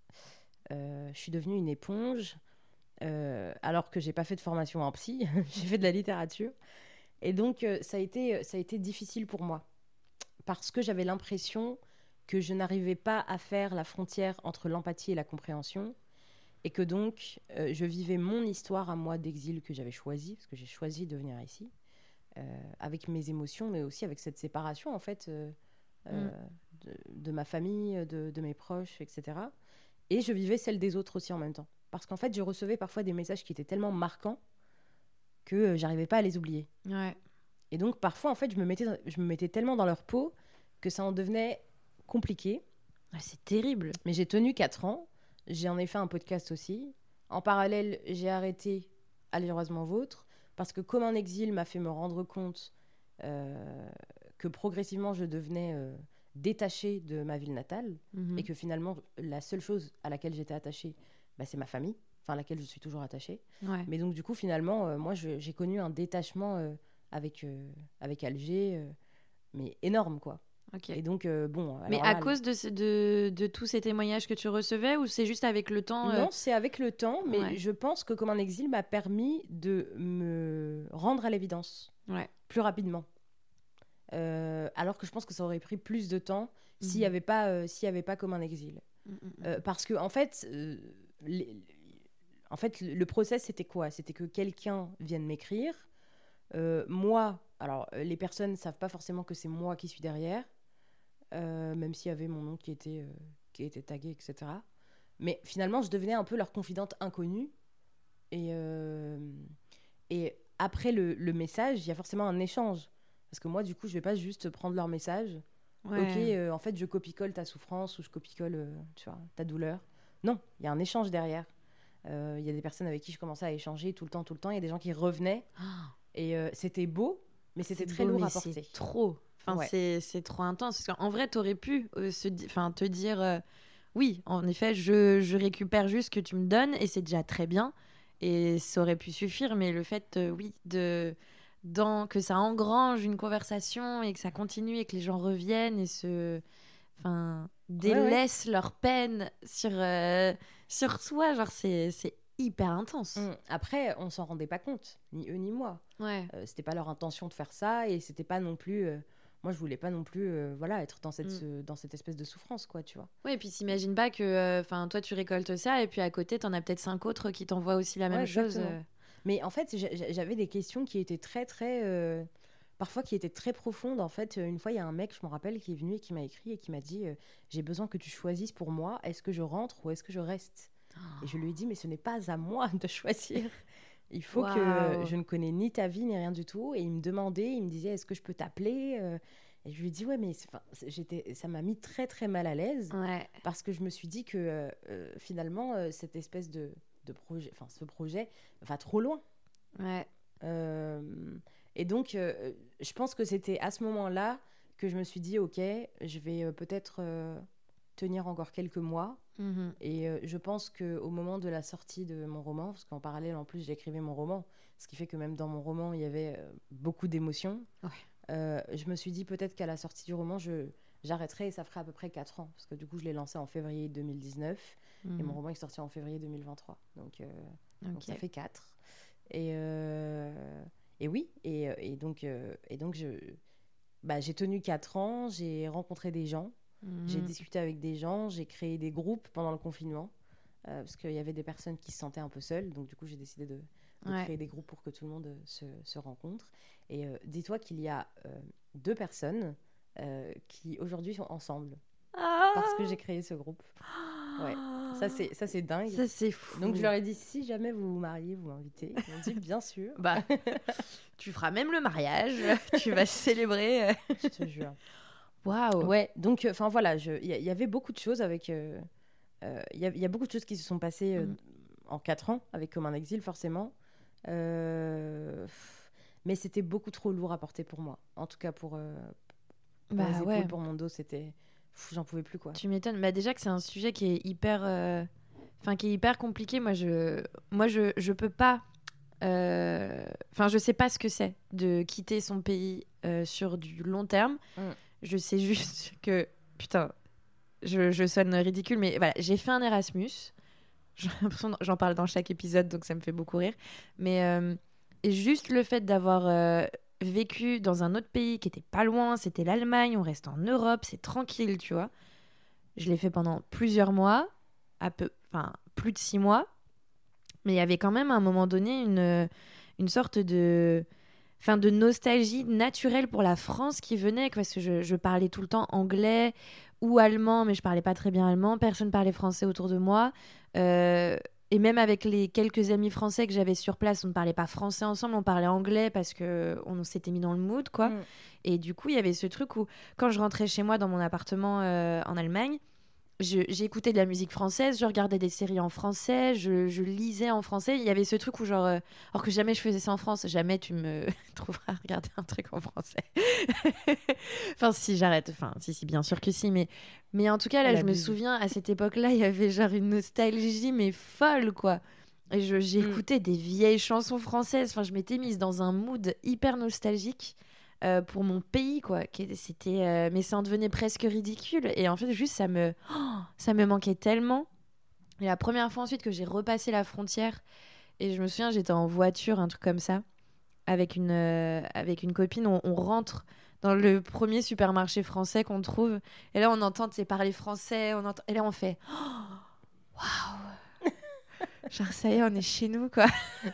Speaker 2: Euh, je suis devenue une éponge... Euh, alors que j'ai pas fait de formation en psy, j'ai fait de la littérature. Et donc, euh, ça a été, ça a été difficile pour moi. Parce que j'avais l'impression que je n'arrivais pas à faire la frontière entre l'empathie et la compréhension. Et que donc, euh, je vivais mon histoire à moi d'exil que j'avais choisi, parce que j'ai choisi de venir ici, euh, avec mes émotions, mais aussi avec cette séparation, en fait, euh, euh, mm. de, de ma famille, de, de mes proches, et cetera. Et je vivais celle des autres aussi en même temps. Parce qu'en fait, je recevais parfois des messages qui étaient tellement marquants que euh, j'arrivais pas à les oublier.
Speaker 1: Ouais.
Speaker 2: Et donc, parfois, en fait, je me mettais, je me mettais tellement dans leur peau que ça en devenait compliqué.
Speaker 1: Ouais, c'est terrible.
Speaker 2: Mais j'ai tenu quatre ans. J'en ai fait un podcast aussi. En parallèle, j'ai arrêté Algérosement Vôtre parce que comme un exil m'a fait me rendre compte euh, que progressivement, je devenais euh, détachée de ma ville natale mmh. et que finalement, la seule chose à laquelle j'étais attachée, bah, c'est ma famille, enfin à laquelle je suis toujours attachée.
Speaker 1: Ouais.
Speaker 2: Mais donc du coup, finalement, euh, moi, je, j'ai connu un détachement euh, avec, euh, avec Alger, euh, mais énorme, quoi.
Speaker 1: Okay.
Speaker 2: Et donc, euh, bon...
Speaker 1: Mais
Speaker 2: alors
Speaker 1: à
Speaker 2: là,
Speaker 1: cause de, de, de tous ces témoignages que tu recevais, ou c'est juste avec le temps euh...
Speaker 2: Non, c'est avec le temps, mais
Speaker 1: ouais.
Speaker 2: je pense que comme un exil m'a permis de me rendre à l'évidence
Speaker 1: ouais.
Speaker 2: plus rapidement. Euh, alors que je pense que ça aurait pris plus de temps mmh. s'il n'y avait pas, euh, s'il y avait pas comme un exil. Mmh. Euh, parce que, en fait... Euh, Les, en fait, le process, c'était quoi ? C'était que quelqu'un vienne m'écrire. Euh, moi, alors, les personnes ne savent pas forcément que c'est moi qui suis derrière, euh, même s'il y avait mon nom qui était, euh, qui était tagué, et cetera. Mais finalement, je devenais un peu leur confidente inconnue. Et, euh, et après le, le message, il y a forcément un échange. Parce que moi, du coup, je ne vais pas juste prendre leur message. Ouais. Ok, euh, en fait, je copie-colle ta souffrance ou je copie-colle euh, tu vois, ta douleur. Non, il y a un échange derrière. Il euh, y a des personnes avec qui je commençais à échanger tout le temps, tout le temps. Il y a des gens qui revenaient. Oh. Et euh, c'était beau, mais c'était
Speaker 1: c'est
Speaker 2: très
Speaker 1: beau,
Speaker 2: lourd
Speaker 1: mais
Speaker 2: à porter.
Speaker 1: C'est trop. Enfin, ouais. c'est, c'est trop intense. Parce qu'en vrai, tu aurais pu euh, se di- te dire euh, oui, en effet, je, je récupère juste ce que tu me donnes et c'est déjà très bien. et ça aurait pu suffire, mais le fait, euh, oui, de, dans, que ça engrange une conversation et que ça continue et que les gens reviennent et se, enfin, délaissent ouais, ouais. leur peine sur, euh, sur toi, genre c'est, c'est hyper intense.
Speaker 2: Mmh. Après, on s'en rendait pas compte, ni eux ni moi.
Speaker 1: Ouais.
Speaker 2: Euh, c'était pas leur intention de faire ça et c'était pas non plus. Euh, moi, je voulais pas non plus, euh, voilà, être dans cette, mmh. ce, dans cette espèce de souffrance, quoi, tu vois.
Speaker 1: Ouais, et puis t'imagines pas que, enfin, euh, toi tu récoltes ça et puis à côté t'en as peut-être cinq autres qui t'envoient aussi la même ouais, chose. Euh...
Speaker 2: Mais en fait, j'avais des questions qui étaient très, très, euh, parfois qui étaient très profondes. En fait, une fois, il y a un mec, je me rappelle, qui est venu et qui m'a écrit et qui m'a dit, euh, j'ai besoin que tu choisisses pour moi. Est-ce que je rentre ou est-ce que je reste? Et je lui ai dit, mais ce n'est pas à moi de choisir. Il faut wow. que je ne connais ni ta vie ni rien du tout. Et il me demandait, il me disait, est-ce que je peux t'appeler? Et je lui ai dit, ouais, mais j'étais, ça m'a mis très, très mal à l'aise.
Speaker 1: Ouais.
Speaker 2: Parce que je me suis dit que euh, finalement, euh, cette espèce de, de projet, enfin, ce projet va trop loin.
Speaker 1: Ouais.
Speaker 2: Euh, et donc, euh, je pense que c'était à ce moment-là que je me suis dit, ok, je vais euh, peut-être euh, tenir encore quelques mois.
Speaker 1: Mmh.
Speaker 2: Et euh, je pense qu'au moment de la sortie de mon roman, parce qu'en parallèle, en plus, j'écrivais mon roman, ce qui fait que même dans mon roman, il y avait euh, beaucoup d'émotions.
Speaker 1: Ouais.
Speaker 2: Euh, je me suis dit peut-être qu'à la sortie du roman, je, j'arrêterai et ça ferait à peu près quatre ans. Parce que du coup, je l'ai lancé en février deux mille dix-neuf mmh. et mon roman est sorti en février deux mille vingt-trois. Donc, euh, okay. donc ça fait quatre. Et, euh, et oui, et, et, donc, euh, et donc je, bah, j'ai tenu quatre ans, j'ai rencontré des gens. Mmh. J'ai discuté avec des gens, j'ai créé des groupes pendant le confinement euh, parce qu'il y avait des personnes qui se sentaient un peu seules. Donc, du coup, j'ai décidé de, de ouais. créer des groupes pour que tout le monde se, se rencontre. Et euh, dis-toi qu'il y a euh, deux personnes euh, qui aujourd'hui sont ensemble
Speaker 1: ah
Speaker 2: parce que j'ai créé ce groupe. Ouais, ça c'est, ça, c'est dingue.
Speaker 1: Ça, c'est fou.
Speaker 2: Donc, je leur ai dit, si jamais vous vous mariez, vous m'invitez. Ils m'ont dit, bien sûr.
Speaker 1: Bah, tu feras même le mariage, tu vas célébrer.
Speaker 2: Je te jure.
Speaker 1: Waouh.
Speaker 2: Ouais, donc enfin voilà, il y, y avait beaucoup de choses avec il euh, euh, y, y a beaucoup de choses qui se sont passées euh, mmh. en quatre ans avec Comme un exil forcément. Euh, mais c'était beaucoup trop lourd à porter pour moi. En tout cas pour, euh, pour
Speaker 1: bah,
Speaker 2: les épaules,
Speaker 1: ouais.
Speaker 2: pour mon dos, c'était pff, j'en pouvais plus quoi.
Speaker 1: Tu m'étonnes. Bah déjà que c'est un sujet qui est hyper enfin euh... qui est hyper compliqué. Moi je moi je je peux pas enfin euh... je sais pas ce que c'est de quitter son pays euh, sur du long terme. Mmh. Je sais juste que, putain, je, je sonne ridicule, mais voilà, j'ai fait un Erasmus. J'ai l'impression, j'en parle dans chaque épisode, donc ça me fait beaucoup rire. Mais euh, et juste le fait d'avoir euh, vécu dans un autre pays qui était pas loin, c'était l'Allemagne, on reste en Europe, c'est tranquille, tu vois. Je l'ai fait pendant plusieurs mois, à peu, enfin plus de six mois. Mais il y avait quand même à un moment donné une, une sorte de... Enfin, de nostalgie naturelle pour la France qui venait, parce que je, je parlais tout le temps anglais ou allemand, mais je parlais pas très bien allemand. Personne parlait français autour de moi. Euh, et même avec les quelques amis français que j'avais sur place, on ne parlait pas français ensemble, on parlait anglais parce qu'on s'était mis dans le mood, quoi. Mm. Et du coup, il y avait ce truc où, quand je rentrais chez moi dans mon appartement euh, en Allemagne, Je, j'écoutais de la musique française, je regardais des séries en français, je, je lisais en français. Il y avait ce truc où genre... Euh, alors que jamais je faisais ça en France. Jamais tu me trouveras à regarder un truc en français. Enfin, si, j'arrête. Enfin, si, si, bien sûr que si. Mais, mais en tout cas, là, la je me souviens, à cette époque-là, il y avait genre une nostalgie, mais folle, quoi. Et je, j'écoutais mm. des vieilles chansons françaises. Enfin, je m'étais mise dans un mood hyper nostalgique. Euh, pour mon pays, quoi. C'était, euh, mais ça en devenait presque ridicule. Et en fait, juste, ça me, oh, ça me manquait tellement. Et la première fois ensuite que j'ai repassé la frontière, et je me souviens, j'étais en voiture, un truc comme ça, avec une, euh, avec une copine, on, on rentre dans le premier supermarché français qu'on trouve. Et là, on entend, tu sais, parler français. On entend... Et là, on fait... Waouh wow. Genre, ça y est, on est chez nous, quoi.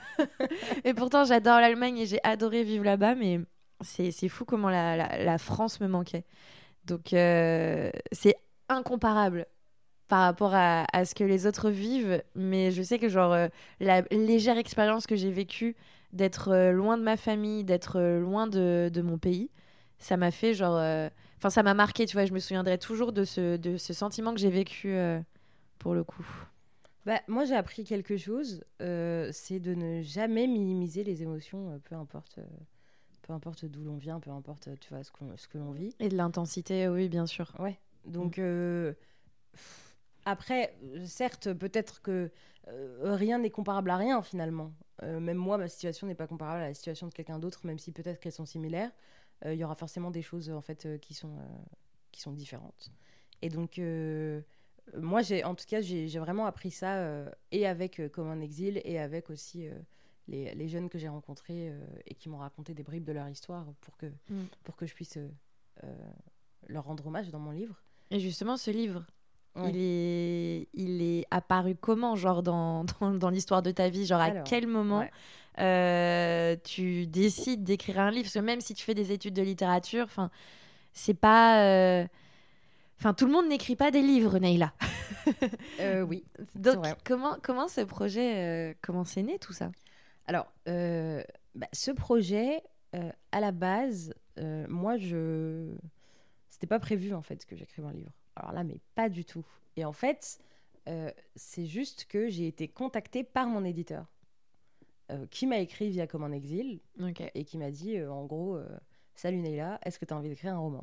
Speaker 1: Et pourtant, j'adore l'Allemagne et j'ai adoré vivre là-bas, mais... C'est, c'est fou comment la, la, la France me manquait. Donc, euh, c'est incomparable par rapport à, à ce que les autres vivent. Mais je sais que genre, euh, la légère expérience que j'ai vécue d'être euh, loin de ma famille, d'être euh, loin de, de mon pays, ça m'a fait genre... Enfin, euh, ça m'a marqué, tu vois. Je me souviendrai toujours de ce, de ce sentiment que j'ai vécu euh, pour le coup.
Speaker 2: Bah, moi, j'ai appris quelque chose. Euh, c'est de ne jamais minimiser les émotions, euh, peu importe... Euh... peu importe d'où l'on vient, peu importe tu vois, ce, qu'on, ce que l'on vit.
Speaker 1: Et de l'intensité, oui, bien sûr.
Speaker 2: Ouais. Donc, mmh. euh, après, euh, certes, peut-être que euh, rien n'est comparable à rien finalement. Euh, même moi, ma situation n'est pas comparable à la situation de quelqu'un d'autre, même si peut-être qu'elles sont similaires. Il euh, y aura forcément des choses en fait euh, qui sont euh, qui sont différentes. Et donc, euh, moi, j'ai, en tout cas, j'ai, j'ai vraiment appris ça euh, et avec euh, Comme un exil et avec aussi euh, les, les jeunes que j'ai rencontrés euh, et qui m'ont raconté des bribes de leur histoire pour que
Speaker 1: Mm.
Speaker 2: pour que je puisse euh, euh, leur rendre hommage dans mon livre.
Speaker 1: Et justement, ce livre,
Speaker 2: Ouais.
Speaker 1: il est, il est apparu comment, genre dans, dans, dans l'histoire de ta vie, genre à
Speaker 2: Alors,
Speaker 1: quel moment
Speaker 2: ouais.
Speaker 1: euh, tu décides d'écrire un livre? Parce que même si tu fais des études de littérature, enfin, c'est pas, euh, enfin, tout le monde n'écrit pas des livres, Neila.
Speaker 2: Euh, oui, c'est
Speaker 1: Donc,
Speaker 2: vrai.
Speaker 1: comment, comment ce projet, euh, comment c'est né tout ça?
Speaker 2: Alors, euh, bah, ce projet, euh, à la base, euh, moi, je... C'était pas prévu, en fait, que j'écrive un livre. Alors là, mais pas du tout. Et en fait, euh, c'est juste que j'ai été contactée par mon éditeur, euh, qui m'a écrit via Comme un exil,
Speaker 1: Ok.
Speaker 2: et qui m'a dit, euh, en gros, euh, Salut Neila, est-ce que tu as envie d'écrire un roman?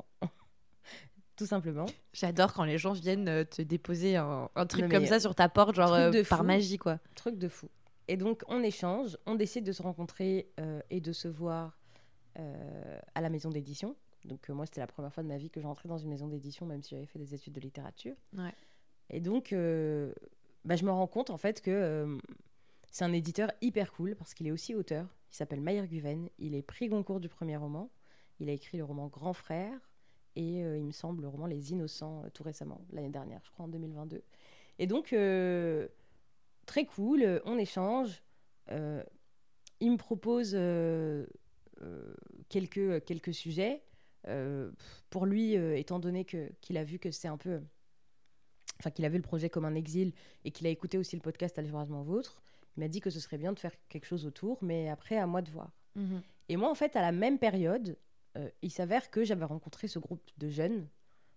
Speaker 2: Tout simplement.
Speaker 1: J'adore quand les gens viennent euh, te déposer un, un truc
Speaker 2: Non,
Speaker 1: comme
Speaker 2: mais,
Speaker 1: ça sur ta porte, genre
Speaker 2: truc
Speaker 1: euh,
Speaker 2: de
Speaker 1: par
Speaker 2: fou.
Speaker 1: magie, quoi.
Speaker 2: Truc de fou. Et donc, on échange, on décide de se rencontrer euh, et de se voir euh, à la maison d'édition. Donc, euh, moi, c'était la première fois de ma vie que j'entrais dans une maison d'édition, même si j'avais fait des études de littérature.
Speaker 1: Ouais.
Speaker 2: Et donc, euh, bah, je me rends compte, en fait, que euh, c'est un éditeur hyper cool, parce qu'il est aussi auteur. Il s'appelle Mayer Guven. Il est prix Goncourt du premier roman. Il a écrit le roman Grand Frère. Et euh, il me semble le roman Les Innocents, euh, tout récemment, l'année dernière, je crois, en deux mille vingt-deux. Et donc... Euh, très cool, euh, on échange. Euh, il me propose euh, euh, quelques, quelques sujets. Euh, pour lui, euh, étant donné que, qu'il a vu que c'est un peu... Enfin, qu'il a vu le projet Comme un exil et qu'il a écouté aussi le podcast Algérisme Vôtre, il m'a dit que ce serait bien de faire quelque chose autour, mais après, à moi de voir.
Speaker 1: Mhm.
Speaker 2: Et moi, en fait, à la même période, euh, il s'avère que j'avais rencontré ce groupe de jeunes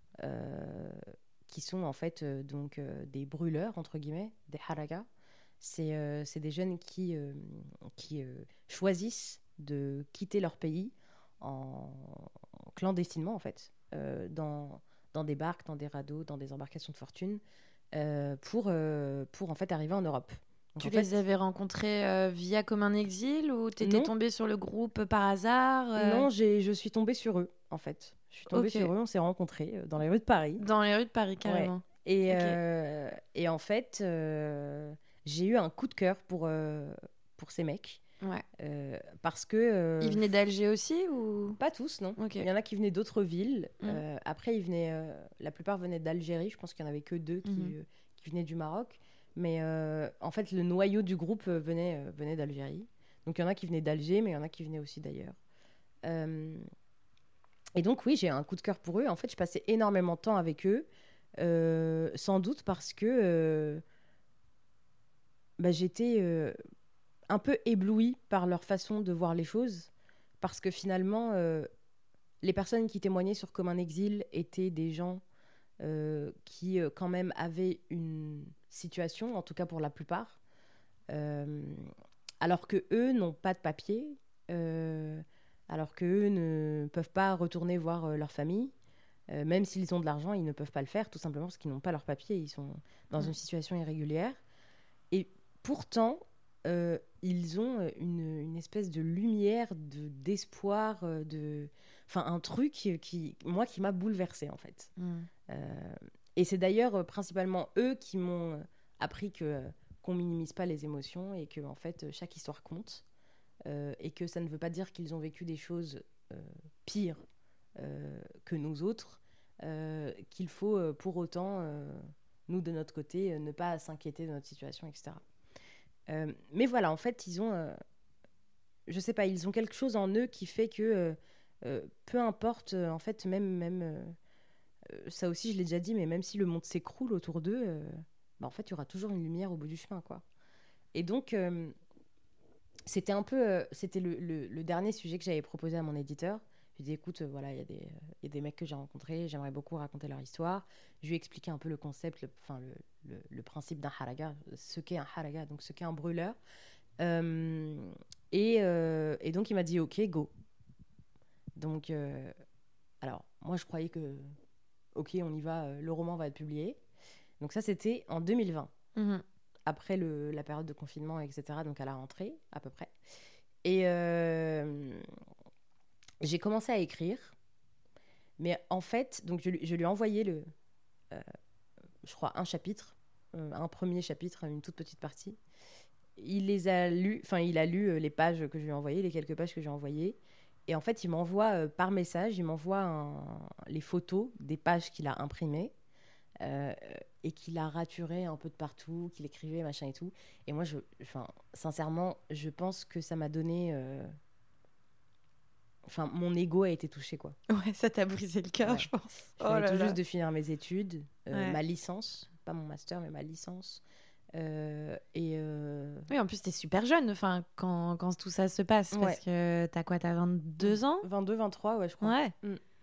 Speaker 2: euh, qui sont en fait euh, donc, euh, des brûleurs, entre guillemets, des haragas. C'est, euh, c'est des jeunes qui, euh, qui euh, choisissent de quitter leur pays en clandestinement, en fait, euh, dans, dans des barques, dans des radeaux, dans des embarcations de fortune, euh, pour, euh, pour en fait arriver en Europe. Donc,
Speaker 1: Tu
Speaker 2: en
Speaker 1: les
Speaker 2: fait,
Speaker 1: avais rencontrés euh, via Comme un exil ou t'étais
Speaker 2: non,
Speaker 1: tombée sur le groupe par hasard euh,
Speaker 2: non, j'ai, je suis tombée sur eux, en fait. Je suis tombée
Speaker 1: Ok.
Speaker 2: sur eux, on s'est rencontrés euh, dans les rues de Paris.
Speaker 1: Dans les rues de Paris,
Speaker 2: Ouais.
Speaker 1: carrément.
Speaker 2: Et,
Speaker 1: Ok.
Speaker 2: euh, et en fait, euh, j'ai eu un coup de cœur pour, euh, pour ces mecs.
Speaker 1: Ouais.
Speaker 2: Euh, parce que... euh,
Speaker 1: Ils venaient d'Alger aussi ou
Speaker 2: Pas tous, non.
Speaker 1: Ok.
Speaker 2: Il y en a qui venaient d'autres villes.
Speaker 1: Mm.
Speaker 2: Euh, après, ils venaient, euh, la plupart venaient d'Algérie. Je pense qu'il n'y en avait que deux qui,
Speaker 1: Mhm.
Speaker 2: euh, qui venaient du Maroc. Mais euh, en fait, le noyau du groupe euh, venait, euh, venait d'Algérie. Donc, il y en a qui venaient d'Alger, mais il y en a qui venaient aussi d'ailleurs. Euh, et donc, oui, j'ai un coup de cœur pour eux. En fait, je passais énormément de temps avec eux. Euh, sans doute parce que euh, bah, j'étais euh, un peu éblouie par leur façon de voir les choses. Parce que finalement... Euh, les personnes qui témoignaient sur Comme un exil étaient des gens euh, qui, euh, quand même, avaient une situation, en tout cas pour la plupart, euh, alors que eux n'ont pas de papier, euh, alors que eux ne peuvent pas retourner voir euh, leur famille. Euh, même s'ils ont de l'argent, ils ne peuvent pas le faire, tout simplement parce qu'ils n'ont pas leur papier, ils sont dans
Speaker 1: Ouais.
Speaker 2: une situation irrégulière. Et pourtant, euh, ils ont une, une espèce de lumière, de, d'espoir, euh, de... Enfin, un truc qui, qui, moi, qui m'a bouleversée, en fait.
Speaker 1: Mm.
Speaker 2: Euh, et c'est d'ailleurs euh, principalement eux qui m'ont euh, appris que, euh, qu'on minimise pas les émotions et que, en fait, chaque histoire compte. Euh, et que ça ne veut pas dire qu'ils ont vécu des choses euh, pires euh, que nous autres, euh, qu'il faut euh, pour autant, euh, nous, de notre côté, euh, ne pas s'inquiéter de notre situation, et cetera. Euh, mais voilà, en fait, ils ont, euh, je sais pas, ils ont quelque chose en eux qui fait que, euh, euh, peu importe, euh, en fait, même, même euh, euh, ça aussi, je l'ai déjà dit, mais même si le monde s'écroule autour d'eux, euh, bah, en fait, il y aura toujours une lumière au bout du chemin, quoi. Et donc, euh, c'était un peu, euh, c'était le, le, le dernier sujet que j'avais proposé à mon éditeur. Je lui ai dit, écoute, euh, voilà, il y a des, euh, il y a des mecs que j'ai rencontrés, j'aimerais beaucoup raconter leur histoire. Je lui ai expliqué un peu le concept, le, enfin, le, le, le principe d'un haraga, ce qu'est un haraga, donc ce qu'est un brûleur. Euh, et, euh, et donc, il m'a dit, ok, go. Donc, euh, alors, moi, je croyais que, ok, on y va, euh, le roman va être publié. Donc ça, c'était en deux mille vingt,
Speaker 1: Mmh.
Speaker 2: après le, la période de confinement, et cetera. Donc à la rentrée, à peu près. Et euh, j'ai commencé à écrire. Mais en fait, donc je, lui- je lui ai envoyé, le, euh, je crois, un chapitre, euh, un premier chapitre, une toute petite partie. Il les a lus, enfin, il a lu euh, les pages que je lui ai envoyées, les quelques pages que j'ai envoyées. Et en fait, il m'envoie euh, par message, il m'envoie un- les photos des pages qu'il a imprimées euh, et qu'il a raturées un peu de partout, qu'il écrivait, machin et tout. Et moi, je, enfin, sincèrement, je pense que ça m'a donné... euh, Enfin, mon ego a été touché, quoi.
Speaker 1: Ouais, ça t'a brisé le cœur,
Speaker 2: Ouais.
Speaker 1: je pense.
Speaker 2: Je
Speaker 1: Oh
Speaker 2: venais
Speaker 1: là
Speaker 2: tout
Speaker 1: là.
Speaker 2: juste de finir mes études, euh,
Speaker 1: Ouais.
Speaker 2: ma licence, pas mon master, mais ma licence. Euh, et euh,
Speaker 1: Oui, en plus, t'es super jeune enfin, quand, quand tout ça se passe.
Speaker 2: Ouais.
Speaker 1: Parce que t'as quoi, t'as vingt-deux ans?
Speaker 2: vingt-deux, vingt-trois, ouais, je crois.
Speaker 1: Ouais.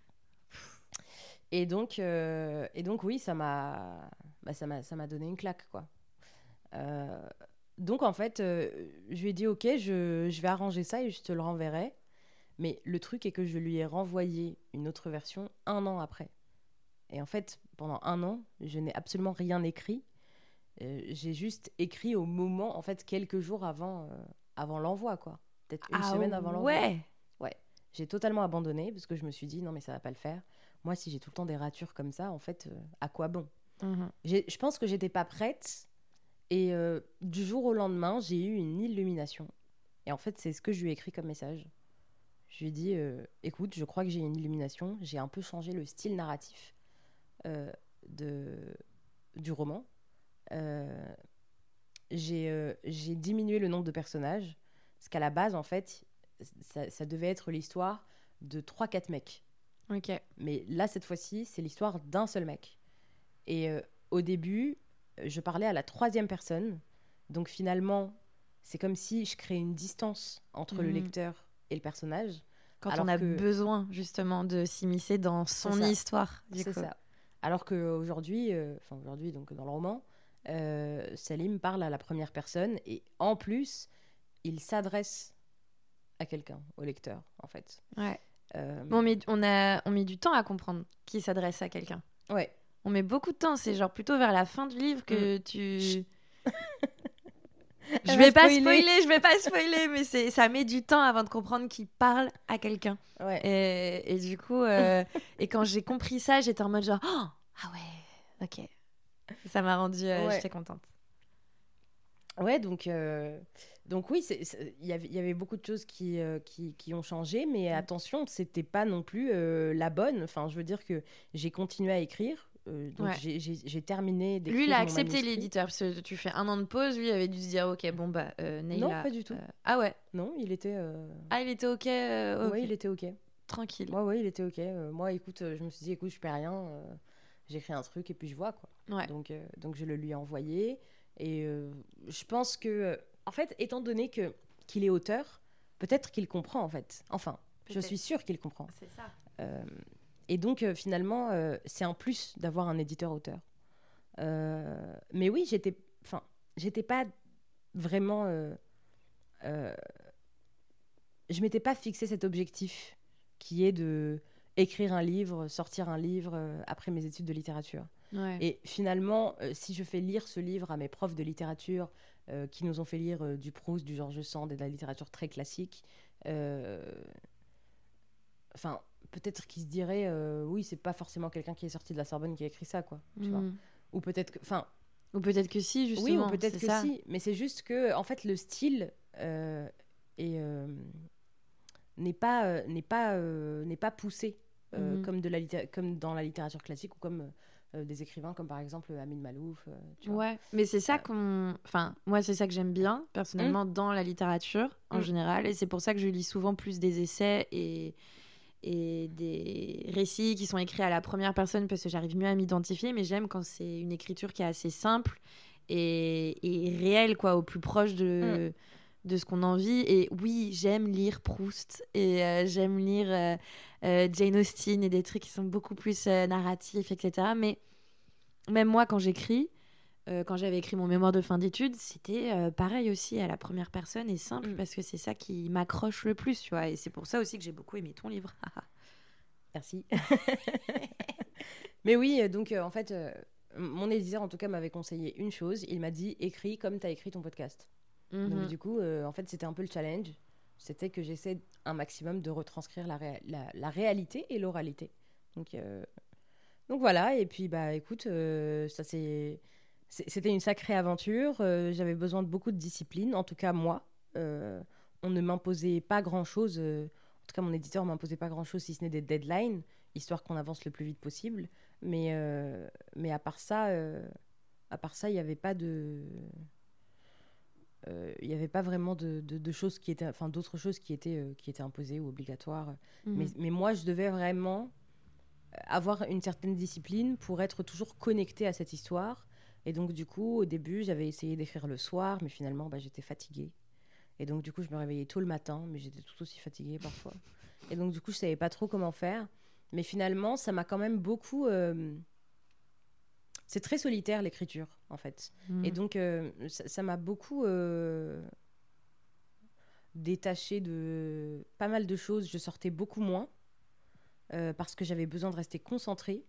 Speaker 2: Et donc, euh, et donc oui, ça m'a, bah, ça m'a, ça m'a donné une claque, quoi. Euh, donc, en fait, euh, je lui ai dit, OK, je, je vais arranger ça et je te le renverrai. Mais le truc est que je lui ai renvoyé une autre version un an après. Et en fait, pendant un an, je n'ai absolument rien écrit. Euh, j'ai juste écrit au moment, en fait, quelques jours avant, euh, avant l'envoi, quoi. Peut-être une
Speaker 1: Ah
Speaker 2: semaine avant l'envoi.
Speaker 1: ouais.
Speaker 2: Ouais. J'ai totalement abandonné parce que je me suis dit, non, mais ça va pas le faire. Moi, si j'ai tout le temps des ratures comme ça, en fait, euh, à quoi bon?
Speaker 1: Mhm.
Speaker 2: J'ai- Je pense que j'étais pas prête. Et euh, du jour au lendemain, j'ai eu une illumination. Et en fait, c'est ce que je lui ai écrit comme message. Je lui ai dit, euh, écoute, je crois que j'ai une illumination. J'ai un peu changé le style narratif euh, de, du roman. Euh, j'ai euh, j'ai diminué le nombre de personnages. Parce qu'à la base, en fait, ça, ça devait être l'histoire de trois quatre mecs.
Speaker 1: Ok.
Speaker 2: Mais là, cette fois-ci, c'est l'histoire d'un seul mec. Et euh, au début, je parlais à la troisième personne. Donc finalement, c'est comme si je créais une distance entre
Speaker 1: Mhm.
Speaker 2: le lecteur et le personnage.
Speaker 1: Quand
Speaker 2: Alors
Speaker 1: on a
Speaker 2: que-
Speaker 1: besoin, justement, de s'immiscer dans son
Speaker 2: C'est ça.
Speaker 1: histoire. Du
Speaker 2: C'est
Speaker 1: coup.
Speaker 2: ça. Alors qu'aujourd'hui, euh, enfin aujourd'hui, donc dans le roman, euh, Salim parle à la première personne et en plus, il s'adresse à quelqu'un, au lecteur, en fait.
Speaker 1: Ouais.
Speaker 2: Euh,
Speaker 1: Mais on, met, on, a, on met du temps à comprendre qui s'adresse à quelqu'un.
Speaker 2: Ouais.
Speaker 1: On met beaucoup de temps. C'est genre plutôt vers la fin du livre que tu... Je
Speaker 2: Elle
Speaker 1: vais
Speaker 2: va
Speaker 1: pas
Speaker 2: spoiler.
Speaker 1: spoiler, je vais pas spoiler, mais c'est, ça met du temps avant de comprendre qu'il parle à quelqu'un.
Speaker 2: Ouais.
Speaker 1: Et, et du coup, euh, et quand j'ai compris ça, j'étais en mode genre, oh, ah ouais, ok. Ça m'a rendu, euh,
Speaker 2: Ouais.
Speaker 1: j'étais contente.
Speaker 2: Ouais, donc, euh, donc oui, c'est- c'est- il y avait- il y avait beaucoup de choses qui, euh, qui, qui ont changé, mais
Speaker 1: Mm.
Speaker 2: attention, c'était pas non plus euh, la bonne. Enfin, je veux dire que j'ai continué à écrire, euh, donc
Speaker 1: Ouais.
Speaker 2: j'ai- j'ai j'ai terminé d'écrire
Speaker 1: Lui, il a
Speaker 2: mon
Speaker 1: accepté
Speaker 2: manuscrit.
Speaker 1: l'éditeur, parce que tu fais un an de pause, lui, il avait dû se dire, ok, bon, bah, euh, Neila,
Speaker 2: Non, pas du tout.
Speaker 1: euh, Ah ouais.
Speaker 2: Non, il était... euh,
Speaker 1: Ah, il était ok, euh, ok.
Speaker 2: Ouais, il était OK.
Speaker 1: Tranquille.
Speaker 2: Moi, ouais, il était OK. Euh, moi, écoute, euh, je me suis dit, écoute, je perds rien. euh, J'écris un truc et puis je vois, quoi.
Speaker 1: Ouais.
Speaker 2: Donc, euh, donc je le lui ai envoyé. Et euh, je pense que, euh, en fait, étant donné que qu'il est auteur, peut-être qu'il comprend, en fait. Enfin, je
Speaker 1: Peut-être.
Speaker 2: suis sûre qu'il comprend.
Speaker 1: C'est ça.
Speaker 2: Euh, et donc, euh, finalement, euh, c'est un plus d'avoir un éditeur-auteur. Euh, mais oui, j'étais, enfin, j'étais pas vraiment... euh, euh, je m'étais pas fixé cet objectif qui est de écrire un livre, sortir un livre euh, après mes études de littérature.
Speaker 1: Ouais.
Speaker 2: Et finalement, euh, si je fais lire ce livre à mes profs de littérature euh, qui nous ont fait lire euh, du Proust, du George Sand et de la littérature très classique, euh, enfin, peut-être qu'ils se diraient euh, oui, c'est pas forcément quelqu'un qui est sorti de la Sorbonne qui a écrit ça, quoi. Tu vois.
Speaker 1: Mm.
Speaker 2: Ou peut-être que, enfin,
Speaker 1: Ou peut-être que si, justement.
Speaker 2: oui, ou peut-être
Speaker 1: c'est
Speaker 2: que
Speaker 1: ça.
Speaker 2: si, mais c'est juste que, en fait, le style euh, est, euh, n'est pas, euh, n'est pas, euh, n'est pas poussé euh,
Speaker 1: Mhm.
Speaker 2: comme, de la litté- comme dans la littérature classique ou comme euh, des écrivains comme par exemple Amin Malouf. euh, tu vois.
Speaker 1: Ouais, mais c'est ça
Speaker 2: Euh.
Speaker 1: qu'on... Enfin, moi, c'est ça que j'aime bien, personnellement, dans la littérature, en
Speaker 2: Mm.
Speaker 1: général. Et c'est pour ça que je lis souvent plus des essais et, et des récits qui sont écrits à la première personne, parce que j'arrive mieux à m'identifier. Mais j'aime quand c'est une écriture qui est assez simple et, et réelle, quoi, au plus proche de... de ce qu'on en vit. Et oui, j'aime lire Proust et euh, j'aime lire euh, euh, Jane Austen et des trucs qui sont beaucoup plus euh, narratifs, et cetera. Mais même moi, quand j'écris, euh, quand j'avais écrit mon mémoire de fin d'études, c'était euh, pareil aussi à la première personne et simple,
Speaker 2: Mm.
Speaker 1: parce que c'est ça qui m'accroche le plus, tu vois. Et c'est pour ça aussi que j'ai beaucoup aimé ton livre.
Speaker 2: Merci. Mais oui, euh, donc euh, en fait, euh, mon éditeur, en tout cas, m'avait conseillé une chose. Il m'a dit, écris comme tu as écrit ton podcast. Mm-hmm. Donc, du coup, euh, en fait, c'était un peu le challenge. C'était que j'essaie un maximum de retranscrire la, ré- la, la réalité et l'oralité. Donc, euh, donc voilà. Et puis, bah, écoute, euh, ça c'est, c'est, c'était une sacrée aventure. Euh, j'avais besoin de beaucoup de discipline. En tout cas, moi, euh, on ne m'imposait pas grand-chose. Euh, en tout cas, mon éditeur ne m'imposait pas grand-chose, si ce n'est des deadlines, histoire qu'on avance le plus vite possible. Mais, euh, mais à part ça, euh, à part ça, il n'y avait pas de... Il euh, n'y avait pas vraiment de, de, de choses qui étaient... Enfin, d'autres choses qui étaient, euh, qui étaient imposées ou obligatoires. Mmh. Mais, mais moi, je devais vraiment avoir une certaine discipline pour être toujours connectée à cette histoire. Et donc, du coup, au début, j'avais essayé d'écrire le soir, mais finalement, bah, j'étais fatiguée. Et donc, du coup, je me réveillais tôt le matin, mais j'étais tout aussi fatiguée parfois. Et donc, du coup, je ne savais pas trop comment faire. Mais finalement, ça m'a quand même beaucoup... Euh... C'est très solitaire, l'écriture, en fait. Mmh. Et donc, euh, ça, ça m'a beaucoup euh... détachée de pas mal de choses. Je sortais beaucoup moins euh, parce que j'avais besoin de rester concentrée.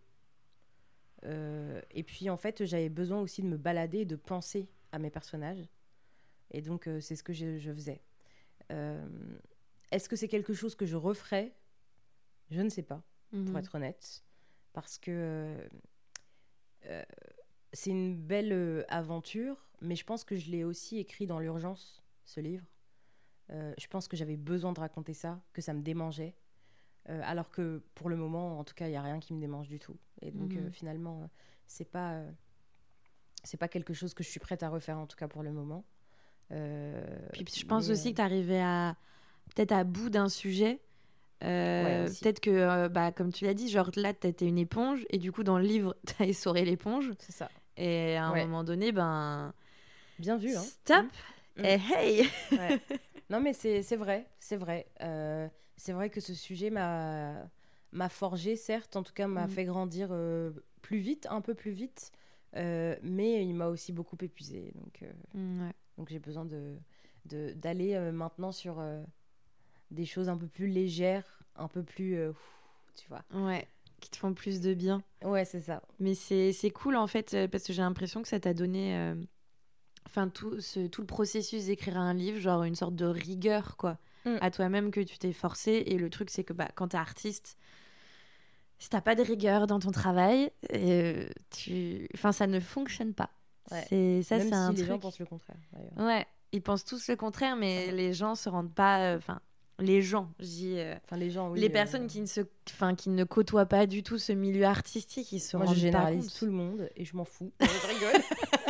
Speaker 2: Euh, et puis, en fait, j'avais besoin aussi de me balader et de penser à mes personnages. Et donc, euh, c'est ce que je, je faisais. Euh... Est-ce que c'est quelque chose que je referais ? Je ne sais pas. Mmh. Pour être honnête, parce que euh, euh, c'est une belle euh, aventure, mais je pense que je l'ai aussi écrit dans l'urgence, ce livre. Euh, je pense que j'avais besoin de raconter ça, que ça me démangeait, euh, alors que pour le moment, en tout cas, il n'y a rien qui me démange du tout. Et donc, mmh. euh, finalement, euh, c'est pas, euh, c'est pas quelque chose que je suis prête à refaire, en tout cas pour le moment.
Speaker 1: Euh, Puis je pense mais, aussi euh... que tu arrivais à, peut-être à bout d'un sujet. Euh, ouais, peut-être que, euh, bah, comme tu l'as dit, genre là, t'étais une éponge et du coup, dans le livre, t'as essoré l'éponge.
Speaker 2: C'est ça.
Speaker 1: Et à un ouais. moment donné, ben.
Speaker 2: Bien vu, hein.
Speaker 1: Stop mmh. Et hey
Speaker 2: ouais. Non, mais c'est, c'est vrai, c'est vrai. Euh, c'est vrai que ce sujet m'a, m'a forgé, certes, en tout cas, m'a mmh. fait grandir euh, plus vite, un peu plus vite, euh, mais il m'a aussi beaucoup épuisée. Donc, euh,
Speaker 1: mmh, ouais.
Speaker 2: donc j'ai besoin de, de, d'aller euh, maintenant sur. Euh, des choses un peu plus légères, un peu plus, euh, tu vois.
Speaker 1: Ouais, qui te font plus de bien.
Speaker 2: Ouais, c'est ça.
Speaker 1: Mais c'est, c'est cool, en fait, parce que j'ai l'impression que ça t'a donné... Euh, enfin, tout, ce, tout le processus d'écrire un livre, genre une sorte de rigueur, quoi, mm. à toi-même que tu t'es forcé. Et le truc, c'est que bah, quand t'es artiste, si t'as pas de rigueur dans ton travail, euh, tu... enfin, ça ne fonctionne pas.
Speaker 2: Ouais.
Speaker 1: C'est, ça,
Speaker 2: Même
Speaker 1: c'est
Speaker 2: si
Speaker 1: un
Speaker 2: les
Speaker 1: truc...
Speaker 2: gens pensent le contraire, d'ailleurs.
Speaker 1: Ouais, ils pensent tous le contraire, mais ouais. les gens se rendent pas... Enfin... Euh, Les gens, je dis, euh,
Speaker 2: enfin les gens, oui.
Speaker 1: Les
Speaker 2: euh...
Speaker 1: personnes qui ne se, enfin qui ne côtoient pas du tout ce milieu artistique, ils se
Speaker 2: Moi,
Speaker 1: rendent
Speaker 2: je généralise
Speaker 1: pas compte.
Speaker 2: tout le monde et je m'en fous. Je rigole.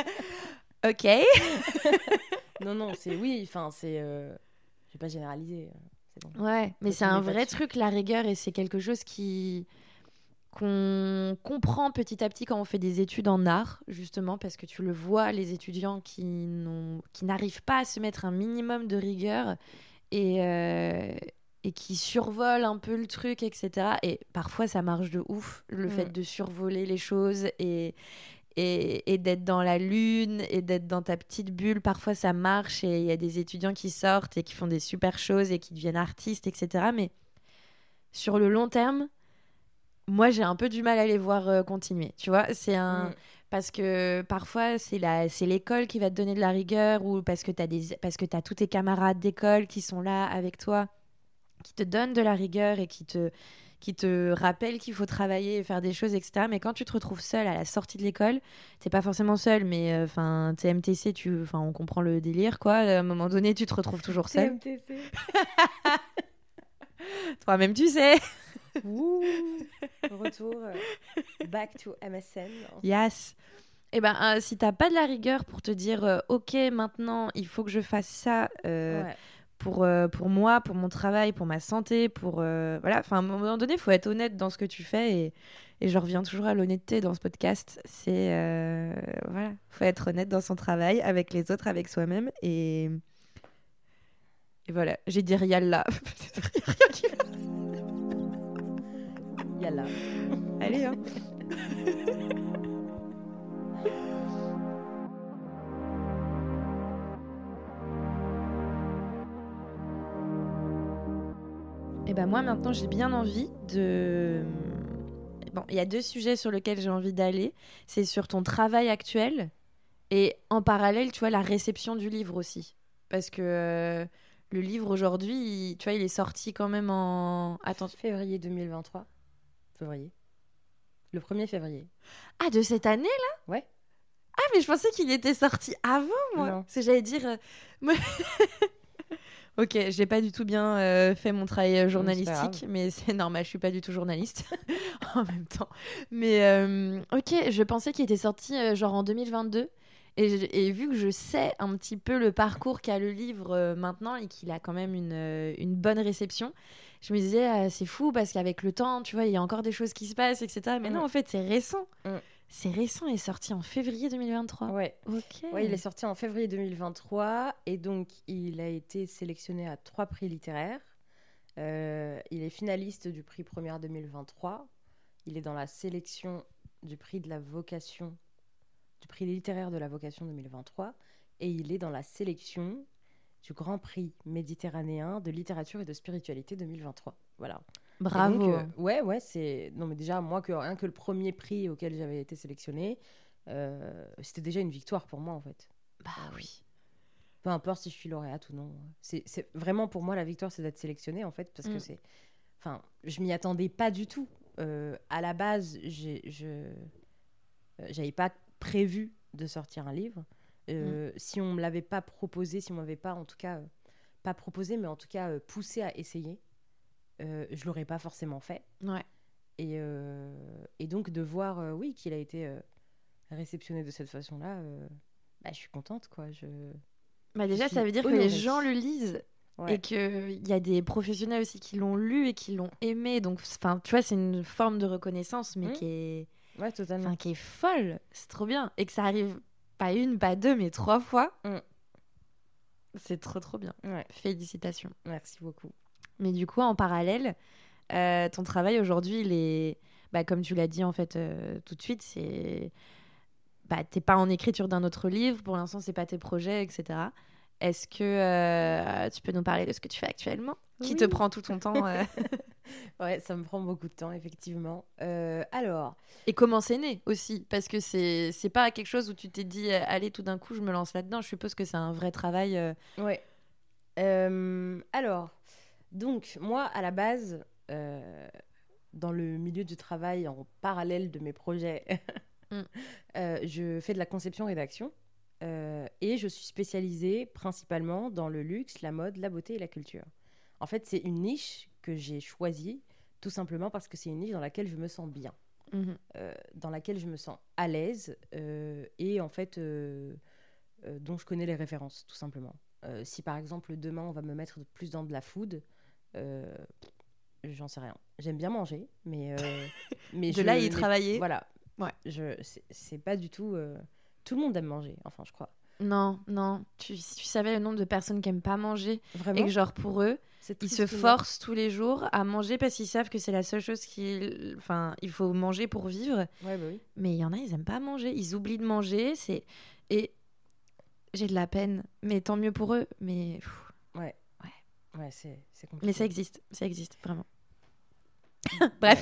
Speaker 1: Ok.
Speaker 2: non, non, c'est oui. Enfin, c'est. Euh... Je vais pas généraliser. C'est bon.
Speaker 1: Ouais, mais c'est un vrai truc, la rigueur, et c'est quelque chose qui qu'on comprend petit à petit quand on fait des études en art, justement, parce que tu le vois, les étudiants qui n'ont, qui n'arrivent pas à se mettre un minimum de rigueur. Et, euh, et qui survole un peu le truc, et cetera. Et parfois, ça marche de ouf, le mmh. fait de survoler les choses et, et, et d'être dans la lune et d'être dans ta petite bulle. Parfois, ça marche et il y a des étudiants qui sortent et qui font des super choses et qui deviennent artistes, et cetera. Mais sur le long terme, moi, j'ai un peu du mal à les voir euh, continuer. Tu vois, c'est un... Mmh. Parce que parfois, c'est, la, c'est l'école qui va te donner de la rigueur ou parce que tu as des, parce que tu as tous tes camarades d'école qui sont là avec toi, qui te donnent de la rigueur et qui te, qui te rappellent qu'il faut travailler et faire des choses, et cetera. Mais quand tu te retrouves seule à la sortie de l'école, t'es pas forcément seule, mais enfin, euh, t'es M T C, tu, on comprend le délire, quoi. À un moment donné, tu te retrouves toujours seule.
Speaker 2: M T C.
Speaker 1: Toi-même, tu sais.
Speaker 2: Ouh, retour euh, back to M S N.
Speaker 1: Yes. Eh ben, euh, si t'as pas de la rigueur pour te dire euh, ok, maintenant il faut que je fasse ça euh, ouais. pour euh, pour moi, pour mon travail, pour ma santé, pour euh, voilà. Enfin, à un moment donné, il faut être honnête dans ce que tu fais et et je reviens toujours à l'honnêteté dans ce podcast. C'est euh, voilà, faut être honnête dans son travail, avec les autres, avec soi-même et et voilà. J'ai dit Yalla. Rien qui va.
Speaker 2: Yalla.
Speaker 1: Allez, hein. Et ben moi, maintenant, j'ai bien envie de... bon, il y a deux sujets sur lesquels j'ai envie d'aller. C'est sur ton travail actuel et en parallèle, tu vois, la réception du livre aussi. Parce que euh, le livre aujourd'hui, il- tu vois, il est sorti quand même en... Attends.
Speaker 2: Février deux mille vingt-trois. Février. Le premier février.
Speaker 1: Ah, de cette année, là?
Speaker 2: Ouais.
Speaker 1: Ah, mais je pensais qu'il était sorti avant, moi.
Speaker 2: Non.
Speaker 1: C'est, j'allais dire... euh, moi- Ok, j'ai pas du tout bien euh, fait mon travail euh, journalistique, mais c'est normal, je suis pas du tout journaliste en même temps. Mais euh, ok, je pensais qu'il était sorti euh, genre en deux mille vingt-deux. Et, je- et vu que je sais un petit peu le parcours qu'a le livre euh, maintenant et qu'il a quand même une, euh, une bonne réception, je me disais, euh, c'est fou parce qu'avec le temps, tu vois, il y a encore des choses qui se passent, et cetera. Mais
Speaker 2: Mm.
Speaker 1: non, en fait, c'est récent.
Speaker 2: Mm.
Speaker 1: C'est récent et sorti en février deux mille vingt-trois.
Speaker 2: Ouais.
Speaker 1: Ok.
Speaker 2: Ouais, il est sorti en février deux mille vingt-trois et donc il a été sélectionné à trois prix littéraires. Euh, il est finaliste du prix Première deux mille vingt-trois. Il est dans la sélection du prix de la vocation, du prix littéraire de la vocation deux mille vingt-trois et il est dans la sélection du Grand Prix méditerranéen de littérature et de spiritualité deux mille vingt-trois. Voilà.
Speaker 1: Bravo.
Speaker 2: Et donc, euh, ouais, ouais, c'est. Non, mais déjà, moi, que, rien que le premier prix auquel j'avais été sélectionnée, euh, c'était déjà une victoire pour moi, en fait.
Speaker 1: Bah
Speaker 2: Euh,
Speaker 1: oui.
Speaker 2: Peu importe si je suis lauréate ou non. C'est, c'est vraiment pour moi la victoire, c'est d'être sélectionnée en fait, parce
Speaker 1: Mm.
Speaker 2: que c'est. Enfin, je m'y attendais pas du tout. Euh, à la base, j'ai, je, euh, j'avais pas prévu de sortir un livre. Euh, Si on me l'avait pas proposé, si on m'avait pas, en tout cas, euh, pas proposé, mais en tout cas euh, poussé à essayer, euh, je l'aurais pas forcément fait.
Speaker 1: Ouais.
Speaker 2: Et, euh, et donc de voir, euh, oui, qu'il a été euh, réceptionné de cette façon-là, euh, bah, je suis contente, quoi. Je...
Speaker 1: Bah
Speaker 2: Je
Speaker 1: déjà,
Speaker 2: suis
Speaker 1: ça veut dire que
Speaker 2: honorée.
Speaker 1: les gens le lisent
Speaker 2: Ouais.
Speaker 1: et qu'il y a des professionnels aussi qui l'ont lu et qui l'ont aimé. Donc, enfin, tu vois, c'est une forme de reconnaissance, mais
Speaker 2: Mmh.
Speaker 1: qui est,
Speaker 2: Ouais, totalement.
Speaker 1: enfin, qui est folle. C'est trop bien. Et que ça arrive pas une, pas deux, mais trois fois.
Speaker 2: Mm.
Speaker 1: C'est trop, trop bien.
Speaker 2: Ouais,
Speaker 1: Félicitations.
Speaker 2: merci beaucoup.
Speaker 1: Mais du coup, en parallèle, euh, ton travail aujourd'hui, il est, bah, comme tu l'as dit en fait euh, tout de suite, c'est, bah, t'es pas en écriture d'un autre livre. Pour l'instant, c'est pas tes projets, et cetera. Est-ce que euh, tu peux nous parler de ce que tu fais actuellement, qui te
Speaker 2: Oui.
Speaker 1: prend tout ton temps euh,
Speaker 2: Ouais, ça me prend beaucoup de temps, effectivement. Euh, alors,
Speaker 1: et comment c'est né aussi, parce que c'est c'est pas quelque chose où tu t'es dit euh, allez tout d'un coup je me lance là-dedans. Je suppose que c'est un vrai travail. euh,
Speaker 2: ouais. Euh, alors, donc, moi, à la base, euh, dans le milieu du travail, en parallèle de mes projets,
Speaker 1: Mm.
Speaker 2: euh, je fais de la conception-rédaction. Euh, et je suis spécialisée principalement dans le luxe, la mode, la beauté et la culture. En fait, c'est une niche que j'ai choisie tout simplement parce que c'est une niche dans laquelle je me sens bien,
Speaker 1: Mhm.
Speaker 2: euh, dans laquelle je me sens à l'aise euh, et en fait euh, euh, dont je connais les références tout simplement. Euh, si par exemple demain on va me mettre plus dans de la food, euh, j'en sais rien. J'aime bien manger, mais euh, mais
Speaker 1: De
Speaker 2: je
Speaker 1: là à y
Speaker 2: n'ai-
Speaker 1: travailler.
Speaker 2: voilà,
Speaker 1: Ouais.
Speaker 2: je c'est, c'est pas du tout. euh, Tout le monde aime manger, enfin je crois.
Speaker 1: Non, non. Tu, si tu savais le nombre de personnes qui aiment pas manger
Speaker 2: Vraiment.
Speaker 1: et que genre pour eux,
Speaker 2: C'est
Speaker 1: ils
Speaker 2: triste,
Speaker 1: se
Speaker 2: mais-
Speaker 1: forcent tous les jours à manger parce qu'ils savent que c'est la seule chose qu'il, enfin, il faut manger pour vivre.
Speaker 2: Ouais, bah oui.
Speaker 1: Mais il y en a, ils aiment pas manger. Ils oublient de manger. C'est et j'ai de la peine. Mais tant mieux pour eux. Mais pff,
Speaker 2: Ouais.
Speaker 1: Ouais.
Speaker 2: Ouais, c'est, c'est compliqué.
Speaker 1: mais ça existe, ça existe vraiment. Bref.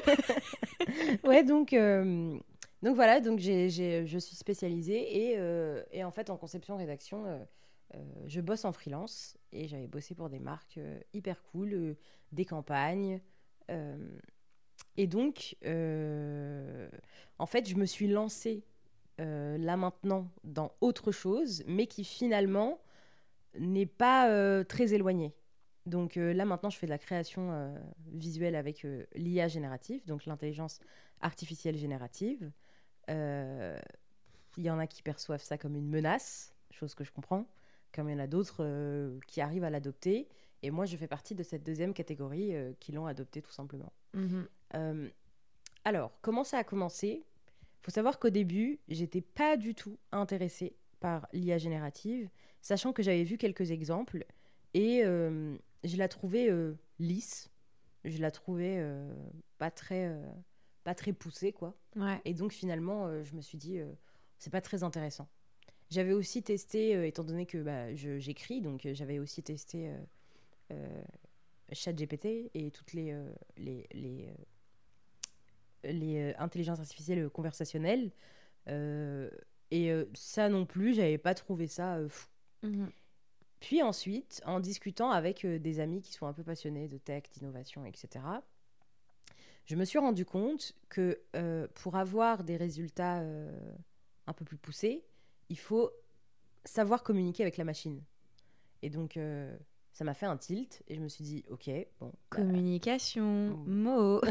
Speaker 2: Ouais, donc, euh, donc voilà, donc j'ai, j'ai, je suis spécialisée et, euh, et en fait en conception-rédaction, euh, euh, je bosse en freelance et j'avais bossé pour des marques euh, hyper cool, euh, des campagnes. euh, et donc, euh, en fait, je me suis lancée euh, là maintenant dans autre chose, mais qui finalement n'est pas euh, très éloignée. Donc euh, là maintenant, je fais de la création euh, visuelle avec euh, l'I A générative, donc l'intelligence artificielle générative. Euh, Il y en a qui perçoivent ça comme une menace, chose que je comprends, comme il y en a d'autres euh, qui arrivent à l'adopter. Et moi, je fais partie de cette deuxième catégorie euh, qui l'ont adopté tout simplement.
Speaker 1: Mhm.
Speaker 2: Euh, alors, comment ça a commencé ? Il faut savoir qu'au début, j'étais pas du tout intéressée par l'I A générative, sachant que j'avais vu quelques exemples et euh, je la trouvais euh, lisse, je la trouvais euh, pas très, euh, pas très poussée, quoi.
Speaker 1: Ouais.
Speaker 2: Et donc finalement, euh, je me suis dit, euh, c'est pas très intéressant. J'avais aussi testé, euh, étant donné que bah, je- j'écris, donc euh, j'avais aussi testé euh, euh, ChatGPT et toutes les, euh, les, les, euh, les euh, intelligences artificielles conversationnelles. Euh, et euh, ça non plus, j'avais pas trouvé ça euh, fou.
Speaker 1: Mmh.
Speaker 2: Puis ensuite, en discutant avec euh, des amis qui sont un peu passionnés de tech, d'innovation, et cetera, je me suis rendu compte que euh, pour avoir des résultats euh, un peu plus poussés, il faut savoir communiquer avec la machine. Et donc, euh, ça m'a fait un tilt et je me suis dit, ok, bon. Bah,
Speaker 1: Communication,
Speaker 2: mm.
Speaker 1: mots.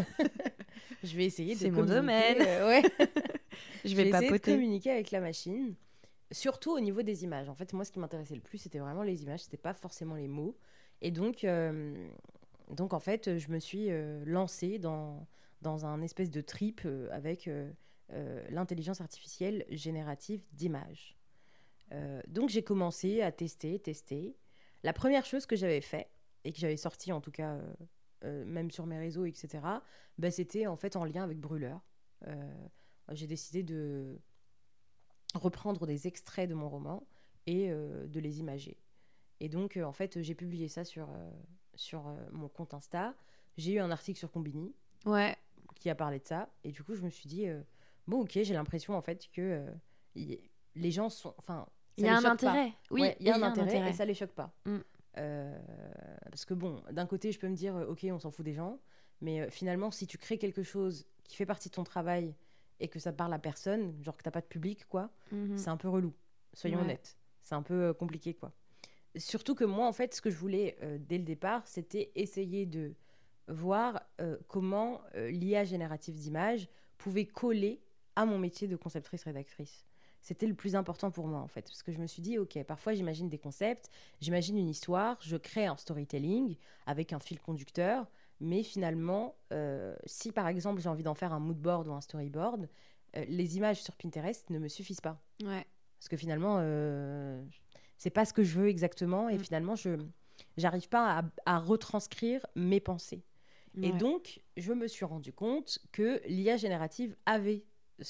Speaker 2: je vais essayer de
Speaker 1: C'est mon
Speaker 2: communiquer.
Speaker 1: domaine.
Speaker 2: euh, ouais.
Speaker 1: Je
Speaker 2: Je
Speaker 1: vais
Speaker 2: vais essayer de
Speaker 1: papoter.
Speaker 2: communiquer avec la machine, surtout au niveau des images. En fait, moi, ce qui m'intéressait le plus, c'était vraiment les images, c'était pas forcément les mots. Et donc, euh, donc en fait, je me suis euh, lancée dans, dans un espèce de trip euh, avec euh, euh, l'intelligence artificielle générative d'images. Euh, donc, j'ai commencé à tester, tester. La première chose que j'avais fait, et que j'avais sorti en tout cas, euh, euh, même sur mes réseaux, et cetera, bah, c'était en fait en lien avec Brûleur. Euh, j'ai décidé de reprendre des extraits de mon roman et euh, de les imager. Et donc, euh, en fait, j'ai publié ça sur, euh, sur euh, mon compte Insta. J'ai eu un article sur Combini
Speaker 1: Ouais.
Speaker 2: qui a parlé de ça. Et du coup, je me suis dit, euh, bon, ok, j'ai l'impression, en fait, que euh, y- les gens sont... Enfin,
Speaker 1: Il y a un intérêt. Oui,
Speaker 2: ouais, il y a
Speaker 1: et
Speaker 2: un intérêt et ça les choque pas.
Speaker 1: Mm.
Speaker 2: Euh, parce que bon, d'un côté, je peux me dire, euh, ok, on s'en fout des gens. Mais euh, finalement, si tu crées quelque chose qui fait partie de ton travail et que ça parle à personne, genre que t'as pas de public, quoi,
Speaker 1: Mhm.
Speaker 2: c'est un peu relou. Soyons
Speaker 1: Ouais.
Speaker 2: honnêtes. C'est un peu euh, compliqué, quoi. Surtout que moi, en fait, ce que je voulais euh, dès le départ, c'était essayer de voir euh, comment euh, l'I A générative d'images pouvait coller à mon métier de conceptrice-rédactrice. C'était le plus important pour moi, en fait. Parce que je me suis dit, OK, parfois j'imagine des concepts, j'imagine une histoire, je crée un storytelling avec un fil conducteur, mais finalement, euh, si par exemple j'ai envie d'en faire un mood board ou un storyboard, euh, les images sur Pinterest ne me suffisent pas.
Speaker 1: Ouais.
Speaker 2: Parce que finalement, euh, c'est pas ce que je veux exactement, et
Speaker 1: Mm.
Speaker 2: finalement, je j'arrive pas à, à retranscrire mes pensées. Et
Speaker 1: Ouais.
Speaker 2: donc, je me suis rendu compte que l'I A générative avait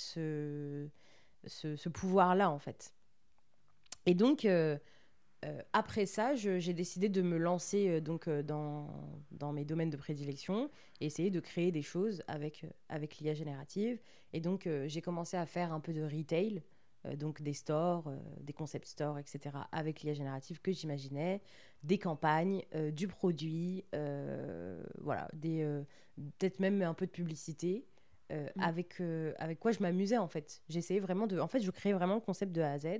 Speaker 2: ce, ce, ce pouvoir-là, en fait. Et donc, euh, euh, après ça, je- j'ai décidé de me lancer euh, donc, euh, dans, dans mes domaines de prédilection et essayer de créer des choses avec, euh, avec l'I A générative. Et donc, euh, j'ai commencé à faire un peu de retail, euh, donc des stores, euh, des concept stores, et cetera, avec l'I A générative que j'imaginais, des campagnes, euh, du produit, euh, voilà, des, euh, peut-être même un peu de publicité. euh,
Speaker 1: Mm.
Speaker 2: avec, euh, avec quoi je m'amusais en fait. J'essayais vraiment de... En fait, je créais vraiment le concept de A à Z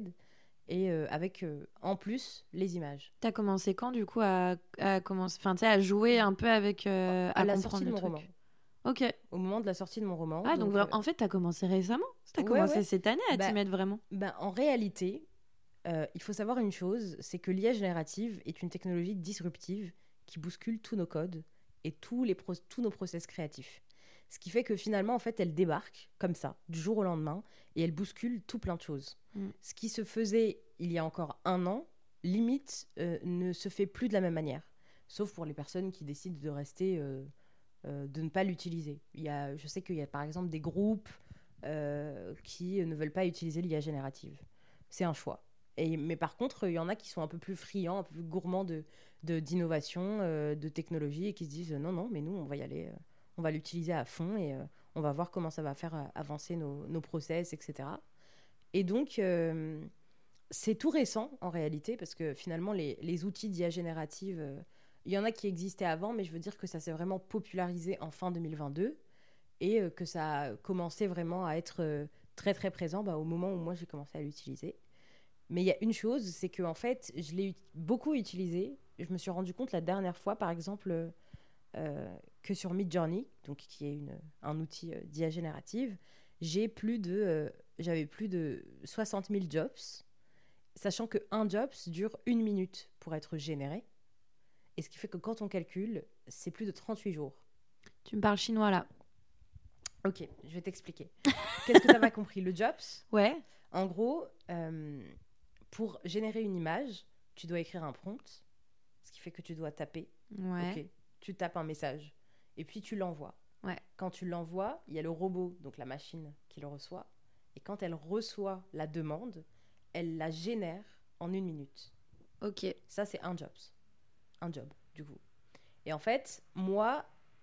Speaker 2: et euh, avec euh, en plus les images.
Speaker 1: T'as commencé quand du coup à, à commencer, enfin tu sais, à jouer un peu avec, euh,
Speaker 2: À
Speaker 1: à
Speaker 2: la
Speaker 1: comprendre
Speaker 2: sortie de
Speaker 1: le
Speaker 2: mon
Speaker 1: truc.
Speaker 2: roman.
Speaker 1: Ok.
Speaker 2: Au moment de la sortie de mon roman.
Speaker 1: Ah donc,
Speaker 2: donc
Speaker 1: vra-
Speaker 2: euh,
Speaker 1: en fait t'as commencé récemment. T'as
Speaker 2: ouais,
Speaker 1: commencé
Speaker 2: ouais.
Speaker 1: cette année à
Speaker 2: Bah,
Speaker 1: t'y mettre vraiment.
Speaker 2: ben, en réalité, euh, il faut savoir une chose, c'est que l'I A générative est une technologie disruptive qui bouscule tous nos codes et tous, les pro- tous nos process créatifs. Ce qui fait que finalement, en fait, elle débarque comme ça, du jour au lendemain, et elle bouscule tout plein de choses.
Speaker 1: Mm.
Speaker 2: Ce qui se faisait il y a encore un an, limite, euh, ne se fait plus de la même manière. Sauf pour les personnes qui décident de rester, euh, euh, de ne pas l'utiliser. Il y a, je sais qu'il y a par exemple des groupes euh, qui ne veulent pas utiliser l'I A générative. C'est un choix. Et, mais par contre, il y en a qui sont un peu plus friands, un peu plus gourmands de, de, d'innovation, euh, de technologie, et qui se disent euh, non, non, mais nous, on va y aller, euh, on va l'utiliser à fond, et euh, on va voir comment ça va faire euh, avancer nos, nos process, et cetera. Et donc, euh, c'est tout récent, en réalité, parce que finalement, les, les outils d'I A générative, euh, il y en a qui existaient avant, mais je veux dire que ça s'est vraiment popularisé en fin deux mille vingt-deux, et euh, que ça a commencé vraiment à être euh, très, très présent bah, au moment où moi, j'ai commencé à l'utiliser. Mais il y a une chose, c'est que en fait, je l'ai ut- beaucoup utilisé. Je me suis rendu compte la dernière fois, par exemple, euh, que sur Midjourney, donc qui est une, un outil euh, d'I A générative, j'ai plus de, euh, j'avais plus de soixante mille jobs, sachant qu'un job dure une minute pour être généré. Et ce qui fait que quand on calcule, c'est plus de trente-huit jours.
Speaker 1: Tu me parles chinois là.
Speaker 2: Ok, je vais t'expliquer. Qu'est-ce que tu n'as pas compris? Le jobs,
Speaker 1: Ouais.
Speaker 2: en gros, euh, pour générer une image, tu dois écrire un prompt, ce qui fait que tu dois taper.
Speaker 1: Ouais.
Speaker 2: Ok, tu tapes un message et puis tu l'envoies.
Speaker 1: Ouais.
Speaker 2: Quand tu l'envoies, il y a le robot, donc la machine, qui le reçoit. Et quand elle reçoit la demande, elle la génère en une minute.
Speaker 1: Ok.
Speaker 2: Ça, c'est un job. Un job, du coup. Et en fait, moi,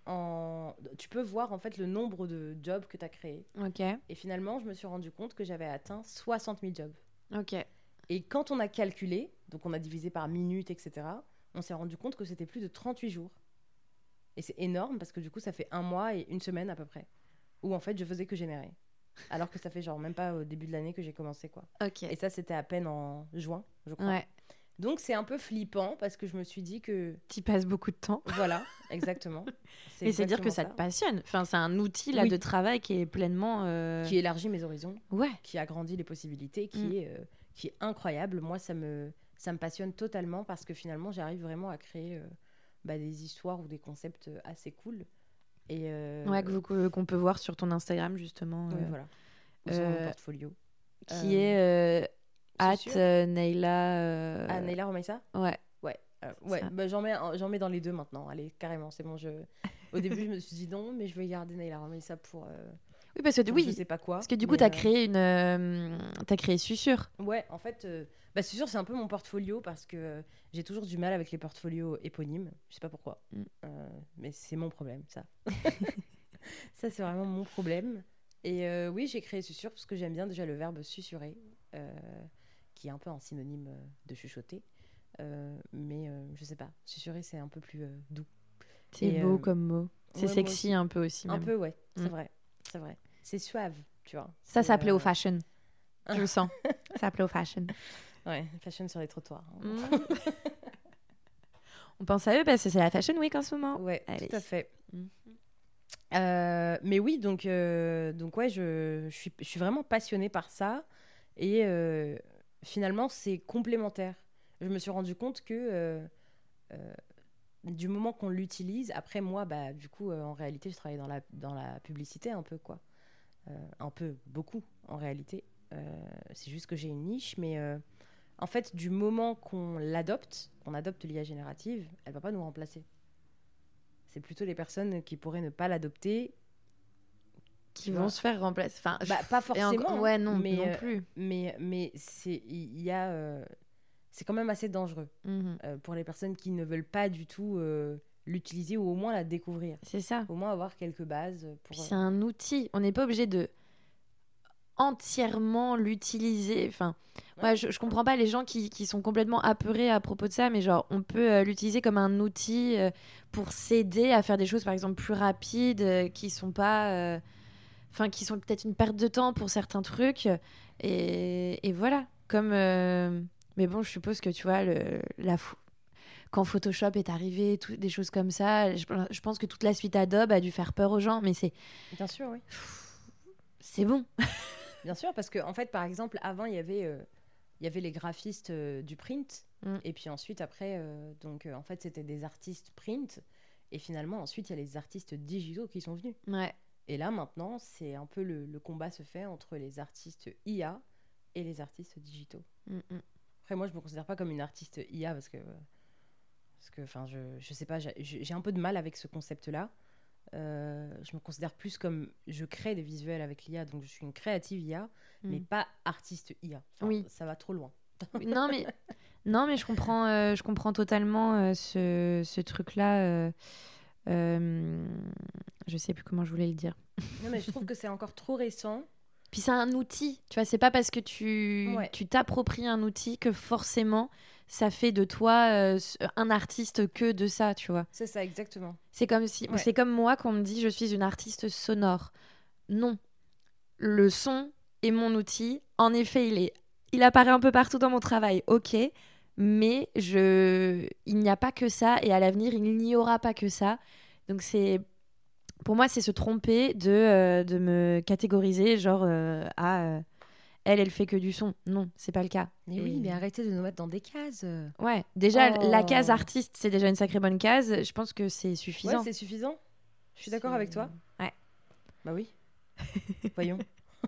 Speaker 2: en... tu peux voir en fait le nombre de jobs que tu as créés.
Speaker 1: Ok.
Speaker 2: Et finalement, je me suis rendu compte que j'avais atteint soixante mille jobs.
Speaker 1: Ok.
Speaker 2: Et quand on a calculé, donc on a divisé par minutes, et cetera, on s'est rendu compte que c'était plus de trente-huit jours. Et c'est énorme parce que du coup, ça fait un mois et une semaine à peu près, où en fait, je faisais que générer. Alors que ça fait genre même pas au début de l'année que j'ai commencé, quoi.
Speaker 1: Ok.
Speaker 2: Et ça, c'était à peine en juin, je crois.
Speaker 1: Ouais.
Speaker 2: Donc, c'est un peu flippant parce que je me suis dit que...
Speaker 1: Tu passes beaucoup de temps.
Speaker 2: Voilà, exactement.
Speaker 1: Et c'est dire que ça,
Speaker 2: ça
Speaker 1: te passionne. Enfin, c'est un outil là,
Speaker 2: oui.
Speaker 1: de travail qui est pleinement... Euh...
Speaker 2: Qui élargit mes horizons.
Speaker 1: Ouais.
Speaker 2: Qui agrandit les possibilités, qui,
Speaker 1: mm.
Speaker 2: est, euh, qui est incroyable. Moi, ça me, ça me passionne totalement parce que finalement, j'arrive vraiment à créer euh, bah, des histoires ou des concepts assez cool. Et euh...
Speaker 1: Ouais, que vous, qu'on peut voir sur ton Instagram, justement.
Speaker 2: Oui,
Speaker 1: euh...
Speaker 2: voilà. Ou sur
Speaker 1: euh...
Speaker 2: mon portfolio.
Speaker 1: Qui
Speaker 2: euh...
Speaker 1: est... Euh... At euh, Neila... Euh...
Speaker 2: Ah, Neila Romaissa ?
Speaker 1: Ouais.
Speaker 2: Ouais, euh, ouais. Bah, j'en, mets, j'en mets dans les deux maintenant. Allez, carrément, c'est bon. Je... Au début, je me suis dit non, mais je vais garder Neila Romaissa pour... Euh...
Speaker 1: Oui, parce que
Speaker 2: pour
Speaker 1: oui,
Speaker 2: je sais pas quoi.
Speaker 1: Parce que du coup, tu as euh... créé une... Euh... T'as créé Susurre.
Speaker 2: Ouais, en fait... Euh... Bah, Susurre, c'est un peu mon portfolio parce que euh, j'ai toujours du mal avec les portfolios éponymes. Je sais pas pourquoi. Mm. Euh, mais c'est mon problème, ça. Ça, c'est vraiment mon problème. Et euh, oui, j'ai créé Susurre parce que j'aime bien déjà le verbe susurrer, euh, qui est un peu un synonyme de chuchoter. Euh, mais euh, je sais pas, susurrer, c'est un peu plus euh, doux.
Speaker 1: C'est
Speaker 2: et,
Speaker 1: beau
Speaker 2: euh,
Speaker 1: comme mot. C'est
Speaker 2: ouais,
Speaker 1: sexy un peu aussi.
Speaker 2: Un
Speaker 1: même.
Speaker 2: peu, ouais, c'est
Speaker 1: mm.
Speaker 2: vrai. C'est vrai. C'est suave, tu vois.
Speaker 1: Ça,
Speaker 2: c'est,
Speaker 1: ça plaît
Speaker 2: euh...
Speaker 1: au fashion. Je le sens. Ça plaît au fashion.
Speaker 2: Ouais, fashion sur les trottoirs. Hein.
Speaker 1: Mm. On pense à eux parce que c'est la Fashion Week en ce moment.
Speaker 2: Ouais,
Speaker 1: Allez.
Speaker 2: tout à fait.
Speaker 1: Mm.
Speaker 2: Euh, mais oui, donc, euh, donc ouais, je, je, suis, je suis vraiment passionnée par ça. Et euh, finalement, c'est complémentaire. Je me suis rendu compte que euh, euh, du moment qu'on l'utilise, après moi, bah, du coup, euh, en réalité, je travaille dans la, dans la publicité un peu, quoi. Euh, un peu, beaucoup, en réalité. Euh, c'est juste que j'ai une niche, mais euh, en fait, du moment qu'on l'adopte, qu'on adopte l'I A générative, elle ne va pas nous remplacer. C'est plutôt les personnes qui pourraient ne pas l'adopter
Speaker 1: qui vont se faire remplacer. Enfin,
Speaker 2: bah, pas forcément.
Speaker 1: En... Ouais, non,
Speaker 2: mais,
Speaker 1: non
Speaker 2: euh,
Speaker 1: plus.
Speaker 2: Mais mais c'est il y a euh, c'est quand même assez dangereux
Speaker 1: mm-hmm.
Speaker 2: euh, pour les personnes qui ne veulent pas du tout euh, l'utiliser ou au moins la découvrir.
Speaker 1: C'est ça.
Speaker 2: Au moins avoir quelques bases pour.
Speaker 1: Puis c'est un outil. On n'est pas obligé de entièrement l'utiliser. Enfin, ouais, ouais je, je comprends pas les gens qui, qui sont complètement apeurés à propos de ça, mais genre, on peut euh, l'utiliser comme un outil euh, pour s'aider à faire des choses, par exemple, plus rapides, euh, qui sont pas... Euh, enfin, qui sont peut-être une perte de temps pour certains trucs. Et, et voilà. Comme... Euh, mais bon, je suppose que, tu vois, le, la fou... quand Photoshop est arrivé, tout, des choses comme ça, je, je pense que toute la suite Adobe a dû faire peur aux gens, mais c'est...
Speaker 2: Bien sûr, oui.
Speaker 1: C'est bon.
Speaker 2: Bien sûr, parce qu'en en fait, par exemple, avant, il y avait, euh, il y avait les graphistes euh, du print. Mm. Et puis ensuite, après, euh, donc, euh, en fait, c'était des artistes print. Et finalement, ensuite, il y a les artistes digitaux qui sont venus.
Speaker 1: Ouais.
Speaker 2: Et là, maintenant, c'est un peu le, le combat se fait entre les artistes I A et les artistes digitaux.
Speaker 1: Mm-mm.
Speaker 2: Après, moi, je me considère pas comme une artiste I A parce que, parce que, enfin, je, je sais pas, j'ai, j'ai un peu de mal avec ce concept-là. Euh, je me considère plus comme je crée des visuels avec l'I A, donc je suis une créative I A, mm. mais pas artiste I A. Enfin,
Speaker 1: oui.
Speaker 2: Ça va trop loin.
Speaker 1: non, mais, non, mais je comprends, euh, je comprends totalement euh, ce, ce truc-là. Euh, euh, je sais plus comment je voulais le dire.
Speaker 2: Non, mais je trouve que c'est encore trop récent.
Speaker 1: Puis c'est un outil, tu vois, c'est pas parce que tu,
Speaker 2: ouais.
Speaker 1: tu t'appropries un outil que forcément ça fait de toi euh, un artiste que de ça, tu vois.
Speaker 2: C'est ça, exactement.
Speaker 1: C'est comme, si,
Speaker 2: ouais.
Speaker 1: c'est comme moi quand on me dit je suis une artiste sonore. Non. Le son est mon outil. En effet, il, est, il apparaît un peu partout dans mon travail, ok. Mais je... il n'y a pas que ça. Et à l'avenir, il n'y aura pas que ça. Donc c'est... Pour moi, c'est se tromper de, euh, de me catégoriser genre euh, à... Euh, elle, elle fait que du son. Non, c'est pas le cas.
Speaker 2: Mais et... oui, mais arrêtez de nous mettre dans des cases.
Speaker 1: Ouais, déjà,
Speaker 2: oh.
Speaker 1: la case artiste, c'est déjà une sacrée bonne case. Je pense que c'est suffisant.
Speaker 2: Ouais, c'est suffisant. Je suis d'accord
Speaker 1: c'est...
Speaker 2: avec toi.
Speaker 1: Ouais.
Speaker 2: Bah oui. Voyons.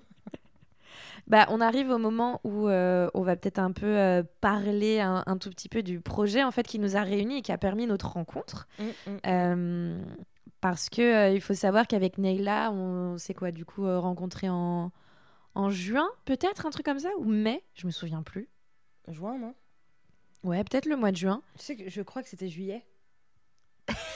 Speaker 1: Bah, on arrive au moment où euh, on va peut-être un peu euh, parler un, un tout petit peu du projet en fait, qui nous a réunis et qui a permis notre rencontre.
Speaker 2: Mmh, mmh.
Speaker 1: Euh, parce qu'il euh, faut savoir qu'avec Neila, on s'est quoi, du coup, euh, rencontrés en... En juin, peut-être, un truc comme ça, ou mai, je me souviens plus.
Speaker 2: Juin, non ?
Speaker 1: Ouais, peut-être le mois de juin.
Speaker 2: Tu sais que je crois que c'était juillet.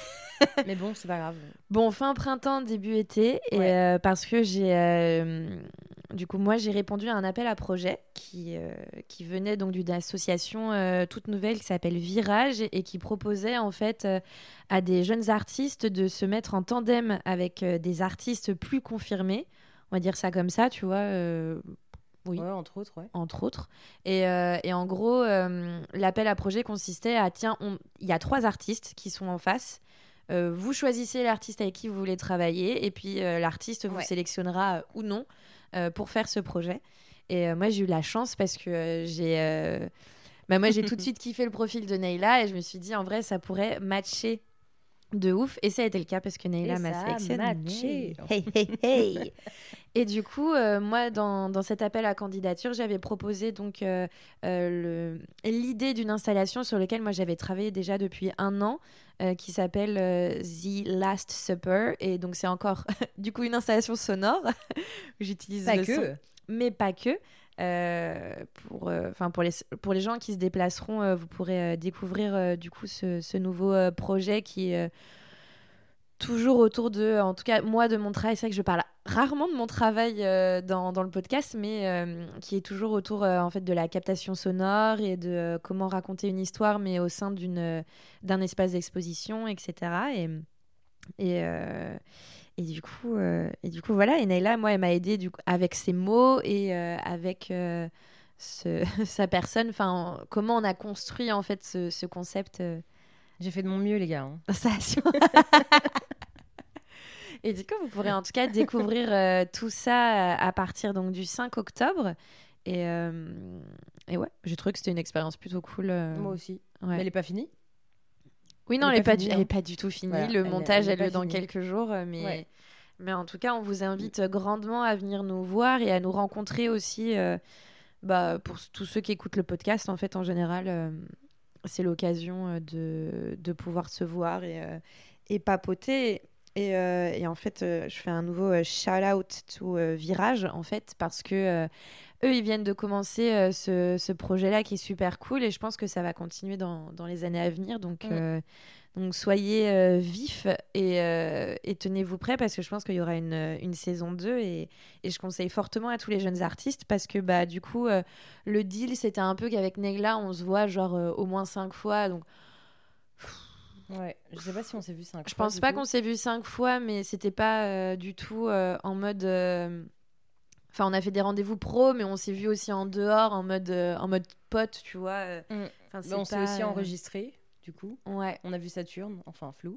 Speaker 2: Mais bon, c'est pas grave.
Speaker 1: Bon, fin printemps, début été, et
Speaker 2: Ouais.
Speaker 1: euh, parce que j'ai, euh, du coup, moi, j'ai répondu à un appel à projet qui, euh, qui venait donc d'une association euh, toute nouvelle qui s'appelle Virage et qui proposait en fait euh, à des jeunes artistes de se mettre en tandem avec euh, des artistes plus confirmés. On va dire ça comme ça, tu vois. euh, oui.
Speaker 2: Ouais, entre autres, ouais.
Speaker 1: Entre autres. Et, euh, et en gros, euh, l'appel à projet consistait à, tiens, on- il y a trois artistes qui sont en face. Euh, vous choisissez l'artiste avec qui vous voulez travailler et puis euh, l'artiste vous
Speaker 2: Ouais.
Speaker 1: sélectionnera euh, ou non euh, pour faire ce projet. Et euh, moi, j'ai eu la chance parce que euh, j'ai... euh, bah, moi, j'ai tout de suite kiffé le profil de Neyla et je me suis dit, en vrai, ça pourrait matcher de ouf. Et ça a été le cas parce que Neyla
Speaker 2: Et
Speaker 1: m'a
Speaker 2: ça a
Speaker 1: sélectionné.
Speaker 2: matché.
Speaker 1: Hey, hey, hey. Et du coup, euh, moi, dans, dans cet appel à candidature, j'avais proposé donc euh, euh, le- l'idée d'une installation sur laquelle moi j'avais travaillé déjà depuis un an, euh, qui s'appelle euh, The Last Supper. Et donc c'est encore du coup une installation sonore. J'utilise
Speaker 2: Pas
Speaker 1: le
Speaker 2: que.
Speaker 1: son, mais pas que. Euh, pour, euh, 'fin, pour, les, pour les gens qui se déplaceront, euh, vous pourrez euh, découvrir euh, du coup ce, ce nouveau euh, projet qui est euh, toujours autour de, en tout cas moi de mon travail, c'est vrai que je parle rarement de mon travail euh, dans, dans le podcast, mais euh, qui est toujours autour euh, en fait de la captation sonore et de euh, comment raconter une histoire, mais au sein d'une euh, d'un espace d'exposition, et cetera. Et et, euh, et du coup euh, et du coup voilà. Et Nayla, moi, elle m'a aidée du coup, avec ses mots et euh, avec euh, ce, sa personne. Enfin, comment on a construit en fait ce, ce concept. Euh,
Speaker 2: J'ai fait de mon mieux, les gars. Hein.
Speaker 1: d'installation. Et du coup, vous pourrez en tout cas découvrir euh, tout ça à partir donc du cinq octobre. Et, euh, et ouais, j'ai trouvé que c'était une expérience plutôt cool. euh,
Speaker 2: Moi aussi.
Speaker 1: ouais.
Speaker 2: Mais elle est pas finie.
Speaker 1: Oui, non,
Speaker 2: elle
Speaker 1: elle
Speaker 2: est
Speaker 1: n'est
Speaker 2: pas
Speaker 1: pas,
Speaker 2: finie,
Speaker 1: du-
Speaker 2: hein.
Speaker 1: elle est pas du tout finie.
Speaker 2: Voilà,
Speaker 1: Le
Speaker 2: elle-
Speaker 1: montage
Speaker 2: elle est
Speaker 1: a
Speaker 2: pas
Speaker 1: lieu dans
Speaker 2: finie.
Speaker 1: quelques jours. euh, Mais,
Speaker 2: Ouais.
Speaker 1: mais en tout cas, on vous invite grandement à venir nous voir et à nous rencontrer aussi. euh, bah, pour s- tous ceux qui écoutent le podcast, en fait, en général, euh, c'est l'occasion euh, de, de pouvoir se voir et, euh, et papoter. Et, euh, et en fait, euh, je fais un nouveau euh, shout-out to euh, Virage, en fait, parce que euh, eux, ils viennent de commencer euh, ce, ce projet-là qui est super cool et je pense que ça va continuer dans, dans les années à venir. Donc,
Speaker 2: Mm.
Speaker 1: euh, donc soyez euh, vifs et, euh, et tenez-vous prêts parce que je pense qu'il y aura une, une saison deux et, et je conseille fortement à tous les jeunes artistes parce que bah, du coup, euh, le deal, c'était un peu qu'avec Negla, on se voit genre euh, au moins cinq fois. Donc,
Speaker 2: Ouais. Je sais pas si on s'est vu cinq
Speaker 1: je
Speaker 2: fois.
Speaker 1: pense
Speaker 2: du
Speaker 1: pas
Speaker 2: coup.
Speaker 1: qu'on s'est vu cinq fois, mais c'était pas euh, du tout euh, en mode. euh, Enfin, on a fait des rendez-vous pro, mais on s'est vu aussi en dehors, en mode, euh, en mode pote, tu vois. euh.
Speaker 2: Mm.
Speaker 1: Enfin,
Speaker 2: Mais
Speaker 1: c'est
Speaker 2: on s'est
Speaker 1: pas,
Speaker 2: aussi
Speaker 1: euh,
Speaker 2: enregistré, du coup.
Speaker 1: Ouais.
Speaker 2: On a vu Saturne, enfin flou.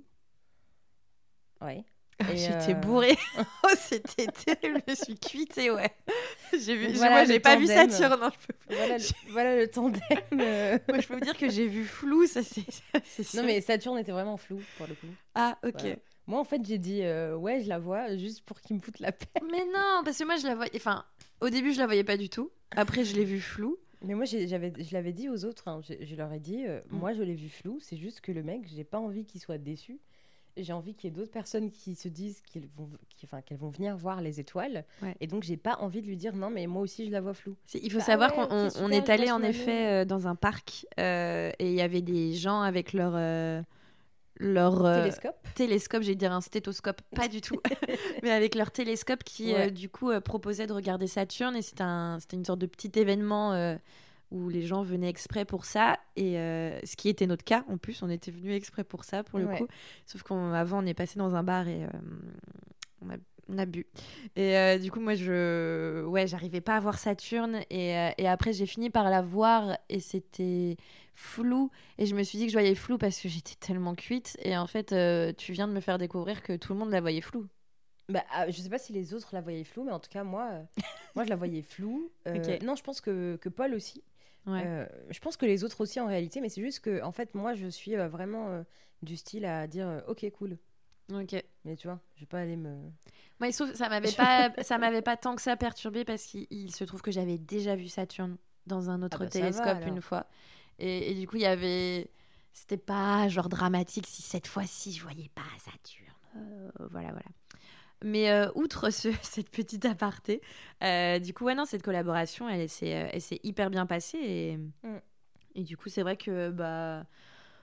Speaker 2: Ouais. Et
Speaker 1: J'étais
Speaker 2: euh,
Speaker 1: bourrée. Oh, c'était terrible. Je me suis cuitée, ouais. J'ai vu.
Speaker 2: Donc
Speaker 1: j'ai-
Speaker 2: voilà
Speaker 1: moi,
Speaker 2: le
Speaker 1: j'ai pas vu
Speaker 2: tandem.
Speaker 1: Saturne. Non, je peux...
Speaker 2: Voilà le, voilà le tandem. euh.
Speaker 1: Moi, je peux vous dire que j'ai vu flou. Ça, c'est. c'est sûr.
Speaker 2: Non mais Saturne était vraiment flou pour le coup.
Speaker 1: Ah, ok.
Speaker 2: Voilà. Moi en fait j'ai dit euh, ouais je la vois juste pour qu'il me foute la paix.
Speaker 1: Mais non, parce que moi, je la voyais. Enfin, au début, je la voyais pas du tout. Après, je l'ai vue flou.
Speaker 2: Mais moi j'ai- j'avais, je l'avais dit aux autres, hein. je, je leur ai dit euh,
Speaker 1: Mm.
Speaker 2: moi je l'ai vu flou, c'est juste que le mec j'ai pas envie qu'il soit déçu. J'ai envie qu'il y ait d'autres personnes qui se disent qu'ils vont, qui- enfin, qu'elles vont venir voir les étoiles.
Speaker 1: Ouais.
Speaker 2: Et donc, j'ai pas envie de lui dire non, mais moi aussi, je la vois floue.
Speaker 1: C'est- Il faut
Speaker 2: Bah
Speaker 1: savoir
Speaker 2: ouais,
Speaker 1: qu'on
Speaker 2: ok,
Speaker 1: on-
Speaker 2: super,
Speaker 1: on est
Speaker 2: je
Speaker 1: allé
Speaker 2: vois
Speaker 1: en
Speaker 2: sous la
Speaker 1: effet
Speaker 2: lune.
Speaker 1: euh, dans un parc euh, et il y avait des gens avec leur euh, leur euh,
Speaker 2: Télescope.
Speaker 1: télescope, j'allais dire un stéthoscope, pas du tout, mais avec leur télescope qui
Speaker 2: Ouais.
Speaker 1: euh, du coup euh, proposait de regarder Saturne et c'était un c'était une sorte de petit événement euh, où les gens venaient exprès pour ça et euh, ce qui était notre cas en plus, on était venus exprès pour ça pour le
Speaker 2: Ouais.
Speaker 1: coup, sauf qu'avant on est passé dans un bar et euh, on a on a bu. Et euh, du coup, moi, je... Ouais, j'arrivais pas à voir Saturne. Et, euh, et après, j'ai fini par la voir et c'était flou. Et je me suis dit que je voyais flou parce que j'étais tellement cuite. Et en fait, euh, tu viens de me faire découvrir que tout le monde la voyait flou.
Speaker 2: Bah, ah, je sais pas si les autres la voyaient floue, mais en tout cas, moi, euh, moi je la voyais floue. Euh,
Speaker 1: Ok.
Speaker 2: Non, je pense que, que Paul aussi.
Speaker 1: Ouais.
Speaker 2: Euh, je pense que les autres aussi en réalité, mais c'est juste que, en fait, moi, je suis euh, vraiment euh, du style à dire euh, ok, cool.
Speaker 1: Ok.
Speaker 2: Mais tu vois, je vais pas aller me.
Speaker 1: Moi, il se trouve, ça m'avait pas, ça m'avait pas tant que ça perturbé parce qu'il il se trouve que j'avais déjà vu Saturne dans un autre
Speaker 2: Ah bah, ça va,
Speaker 1: télescope
Speaker 2: alors.
Speaker 1: une fois. Et, et du coup, il y avait. C'était pas genre dramatique si cette fois-ci je voyais pas Saturne. Euh, voilà, voilà. Mais euh, outre ce- cette petite aparté, euh, du coup, ouais, non, cette collaboration, elle, s'est, euh, elle s'est hyper bien passée. Et,
Speaker 2: Mm.
Speaker 1: et du coup, c'est vrai que bah,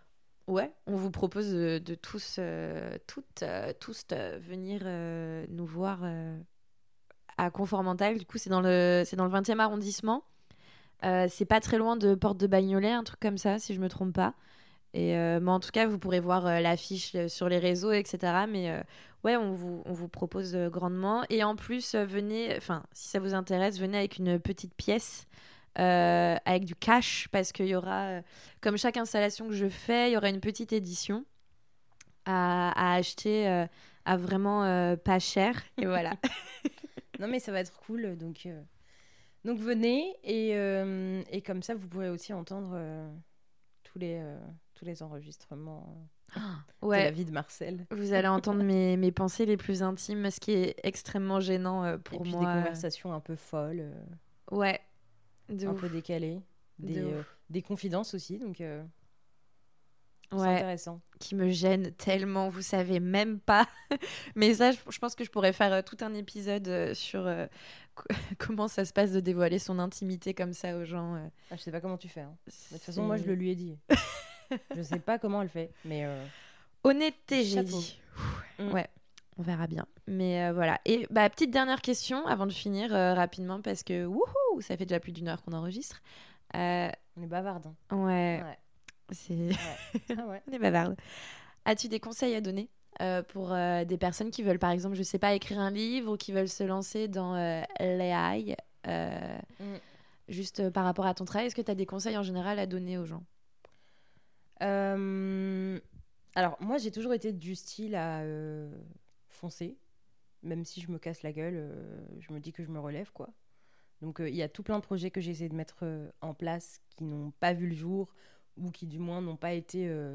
Speaker 1: ouais, on vous propose de, de tous, euh, toutes, euh, tous euh, venir euh, nous voir euh, à Conformental. Du coup, c'est dans le, c'est dans le vingtième arrondissement. Euh, c'est pas très loin de Porte de Bagnolet, un truc comme ça, si je me trompe pas. Et euh, mais en tout cas, vous pourrez voir euh, l'affiche euh, sur les réseaux, et cetera. Mais euh, ouais, on vous, on vous propose euh, grandement. Et en plus, euh, venez, enfin, si ça vous intéresse, venez avec une petite pièce, euh, avec du cash, parce qu'il y aura, euh, comme chaque installation que je fais, il y aura une petite édition à, à acheter euh, à vraiment euh, pas cher. Et voilà.
Speaker 2: Non, mais ça va être cool. Donc, euh, donc venez. Et, euh, et comme ça, vous pourrez aussi entendre euh, tous les... Euh... tous les enregistrements
Speaker 1: ouais.
Speaker 2: de la vie de Marcel.
Speaker 1: Vous allez entendre mes, mes pensées les plus intimes, ce qui est extrêmement gênant euh, pour
Speaker 2: moi. Et puis
Speaker 1: moi.
Speaker 2: des conversations un peu folles. Euh,
Speaker 1: ouais. De
Speaker 2: un
Speaker 1: ouf.
Speaker 2: peu décalées. Des,
Speaker 1: de
Speaker 2: euh, des confidences aussi, donc euh,
Speaker 1: ouais.
Speaker 2: c'est intéressant.
Speaker 1: Qui me gênent tellement, vous savez même pas. Mais ça, je, je pense que je pourrais faire euh, tout un épisode euh, sur euh, co- comment ça se passe de dévoiler son intimité comme ça aux gens. Euh.
Speaker 2: Ah, je sais pas comment tu fais. Hein. De toute façon,
Speaker 1: C'est...
Speaker 2: moi, je le lui ai dit. Je sais pas comment elle fait, mais... Euh...
Speaker 1: Honnêteté, j'ai
Speaker 2: Chapeau.
Speaker 1: dit.
Speaker 2: Mm.
Speaker 1: Ouais, on verra bien. Mais euh, voilà. Et bah, petite dernière question avant de finir euh, rapidement, parce que wouhou, ça fait déjà plus d'une heure qu'on enregistre. Euh...
Speaker 2: On est bavarde. Hein.
Speaker 1: Ouais.
Speaker 2: ouais.
Speaker 1: C'est...
Speaker 2: Ouais. Ah ouais.
Speaker 1: On est bavarde. As-tu des conseils à donner euh, pour euh, des personnes qui veulent, par exemple, je sais pas, écrire un livre ou qui veulent se lancer dans euh, l'A I euh,
Speaker 2: mm.
Speaker 1: Juste euh, par rapport à ton travail, est-ce que tu as des conseils en général à donner aux gens?
Speaker 2: Euh, alors, moi, j'ai toujours été du style à euh, foncer. Même si je me casse la gueule, euh, je me dis que je me relève, quoi. Donc, il euh, y a tout plein de projets que j'ai essayé de mettre euh, en place qui n'ont pas vu le jour ou qui, du moins, n'ont pas été euh,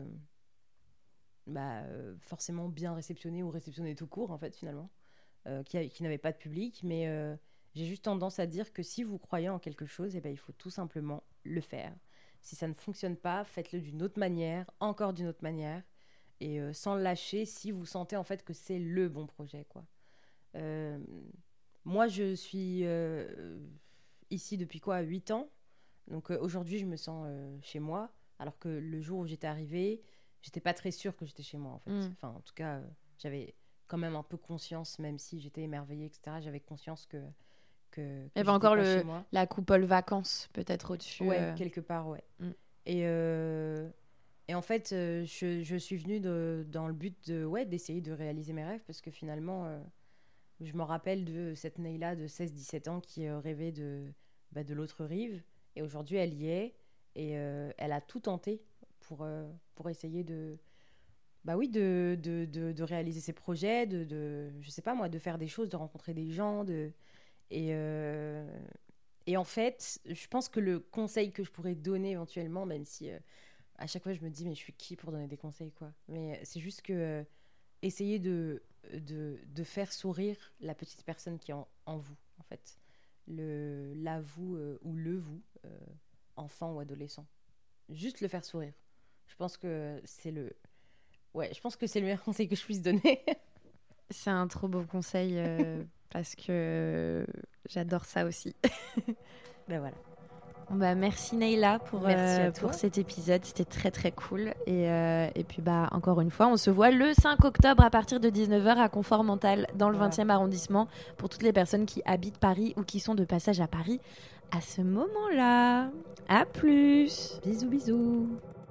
Speaker 2: bah, euh, forcément bien réceptionnés ou réceptionnés tout court, en fait, finalement. Euh, qui, a, qui n'avaient pas de public. Mais euh, j'ai juste tendance à dire que si vous croyez en quelque chose, eh ben, il faut tout simplement le faire. Si ça ne fonctionne pas, faites-le d'une autre manière, encore d'une autre manière, et euh, sans le lâcher si vous sentez en fait que c'est le bon projet, quoi. Euh, moi, je suis euh, ici depuis quoi, huit ans. Donc euh, aujourd'hui, je me sens euh, chez moi, alors que le jour où j'étais arrivée, j'étais pas très sûre que j'étais chez moi, en fait.
Speaker 1: Mm.
Speaker 2: Enfin, en tout cas, euh, j'avais quand même un peu conscience, même si j'étais émerveillée, et cetera. J'avais conscience que que, que
Speaker 1: Il y avait encore
Speaker 2: pas
Speaker 1: le,
Speaker 2: chez moi.
Speaker 1: la coupole vacances, peut-être au-dessus.
Speaker 2: Ouais,
Speaker 1: euh...
Speaker 2: quelque part, ouais.
Speaker 1: Mm.
Speaker 2: Et, euh, et en fait, euh, je, je suis venue de, dans le but de, ouais, d'essayer de réaliser mes rêves, parce que finalement, euh, je me rappelle de cette Neila de seize dix-sept ans qui euh, rêvait de, bah, de l'autre rive. Et aujourd'hui, elle y est. Et euh, elle a tout tenté pour, euh, pour essayer de... Bah oui, de, de, de, de réaliser ses projets, de, de, je sais pas moi, de faire des choses, de rencontrer des gens, de... Et, euh, et en fait, je pense que le conseil que je pourrais donner éventuellement, même si euh, à chaque fois je me dis mais je suis qui pour donner des conseils, quoi. Mais c'est juste que euh, essayez de, de, de faire sourire la petite personne qui est en, en vous, en fait. Le, la vous euh, ou le vous, euh, enfant ou adolescent. Juste le faire sourire. Je pense que c'est le... Ouais, je pense que c'est le meilleur conseil que je puisse donner.
Speaker 1: C'est un trop beau conseil euh, parce que j'adore ça aussi.
Speaker 2: Ben voilà.
Speaker 1: Bah, merci Neila pour,
Speaker 2: merci
Speaker 1: euh,
Speaker 2: à toi.
Speaker 1: pour cet épisode, c'était très très cool. Et, euh, et puis bah, encore une fois, on se voit le cinq octobre à partir de dix-neuf heures à Conformental dans le vingtième arrondissement pour toutes les personnes qui habitent Paris ou qui sont de passage à Paris à ce moment-là. À plus.
Speaker 2: Bisous bisous.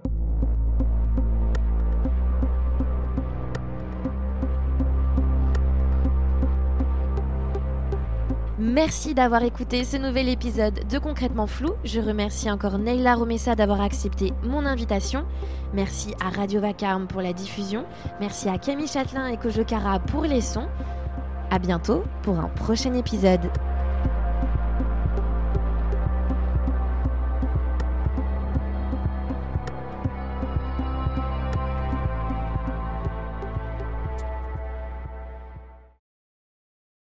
Speaker 1: Merci d'avoir écouté ce nouvel épisode de Concrètement Flou. Je remercie encore Neila Romessa d'avoir accepté mon invitation. Merci à Radio Vacarme pour la diffusion. Merci à Camille Châtelain et Kojo Kara pour les sons. À bientôt pour un prochain épisode.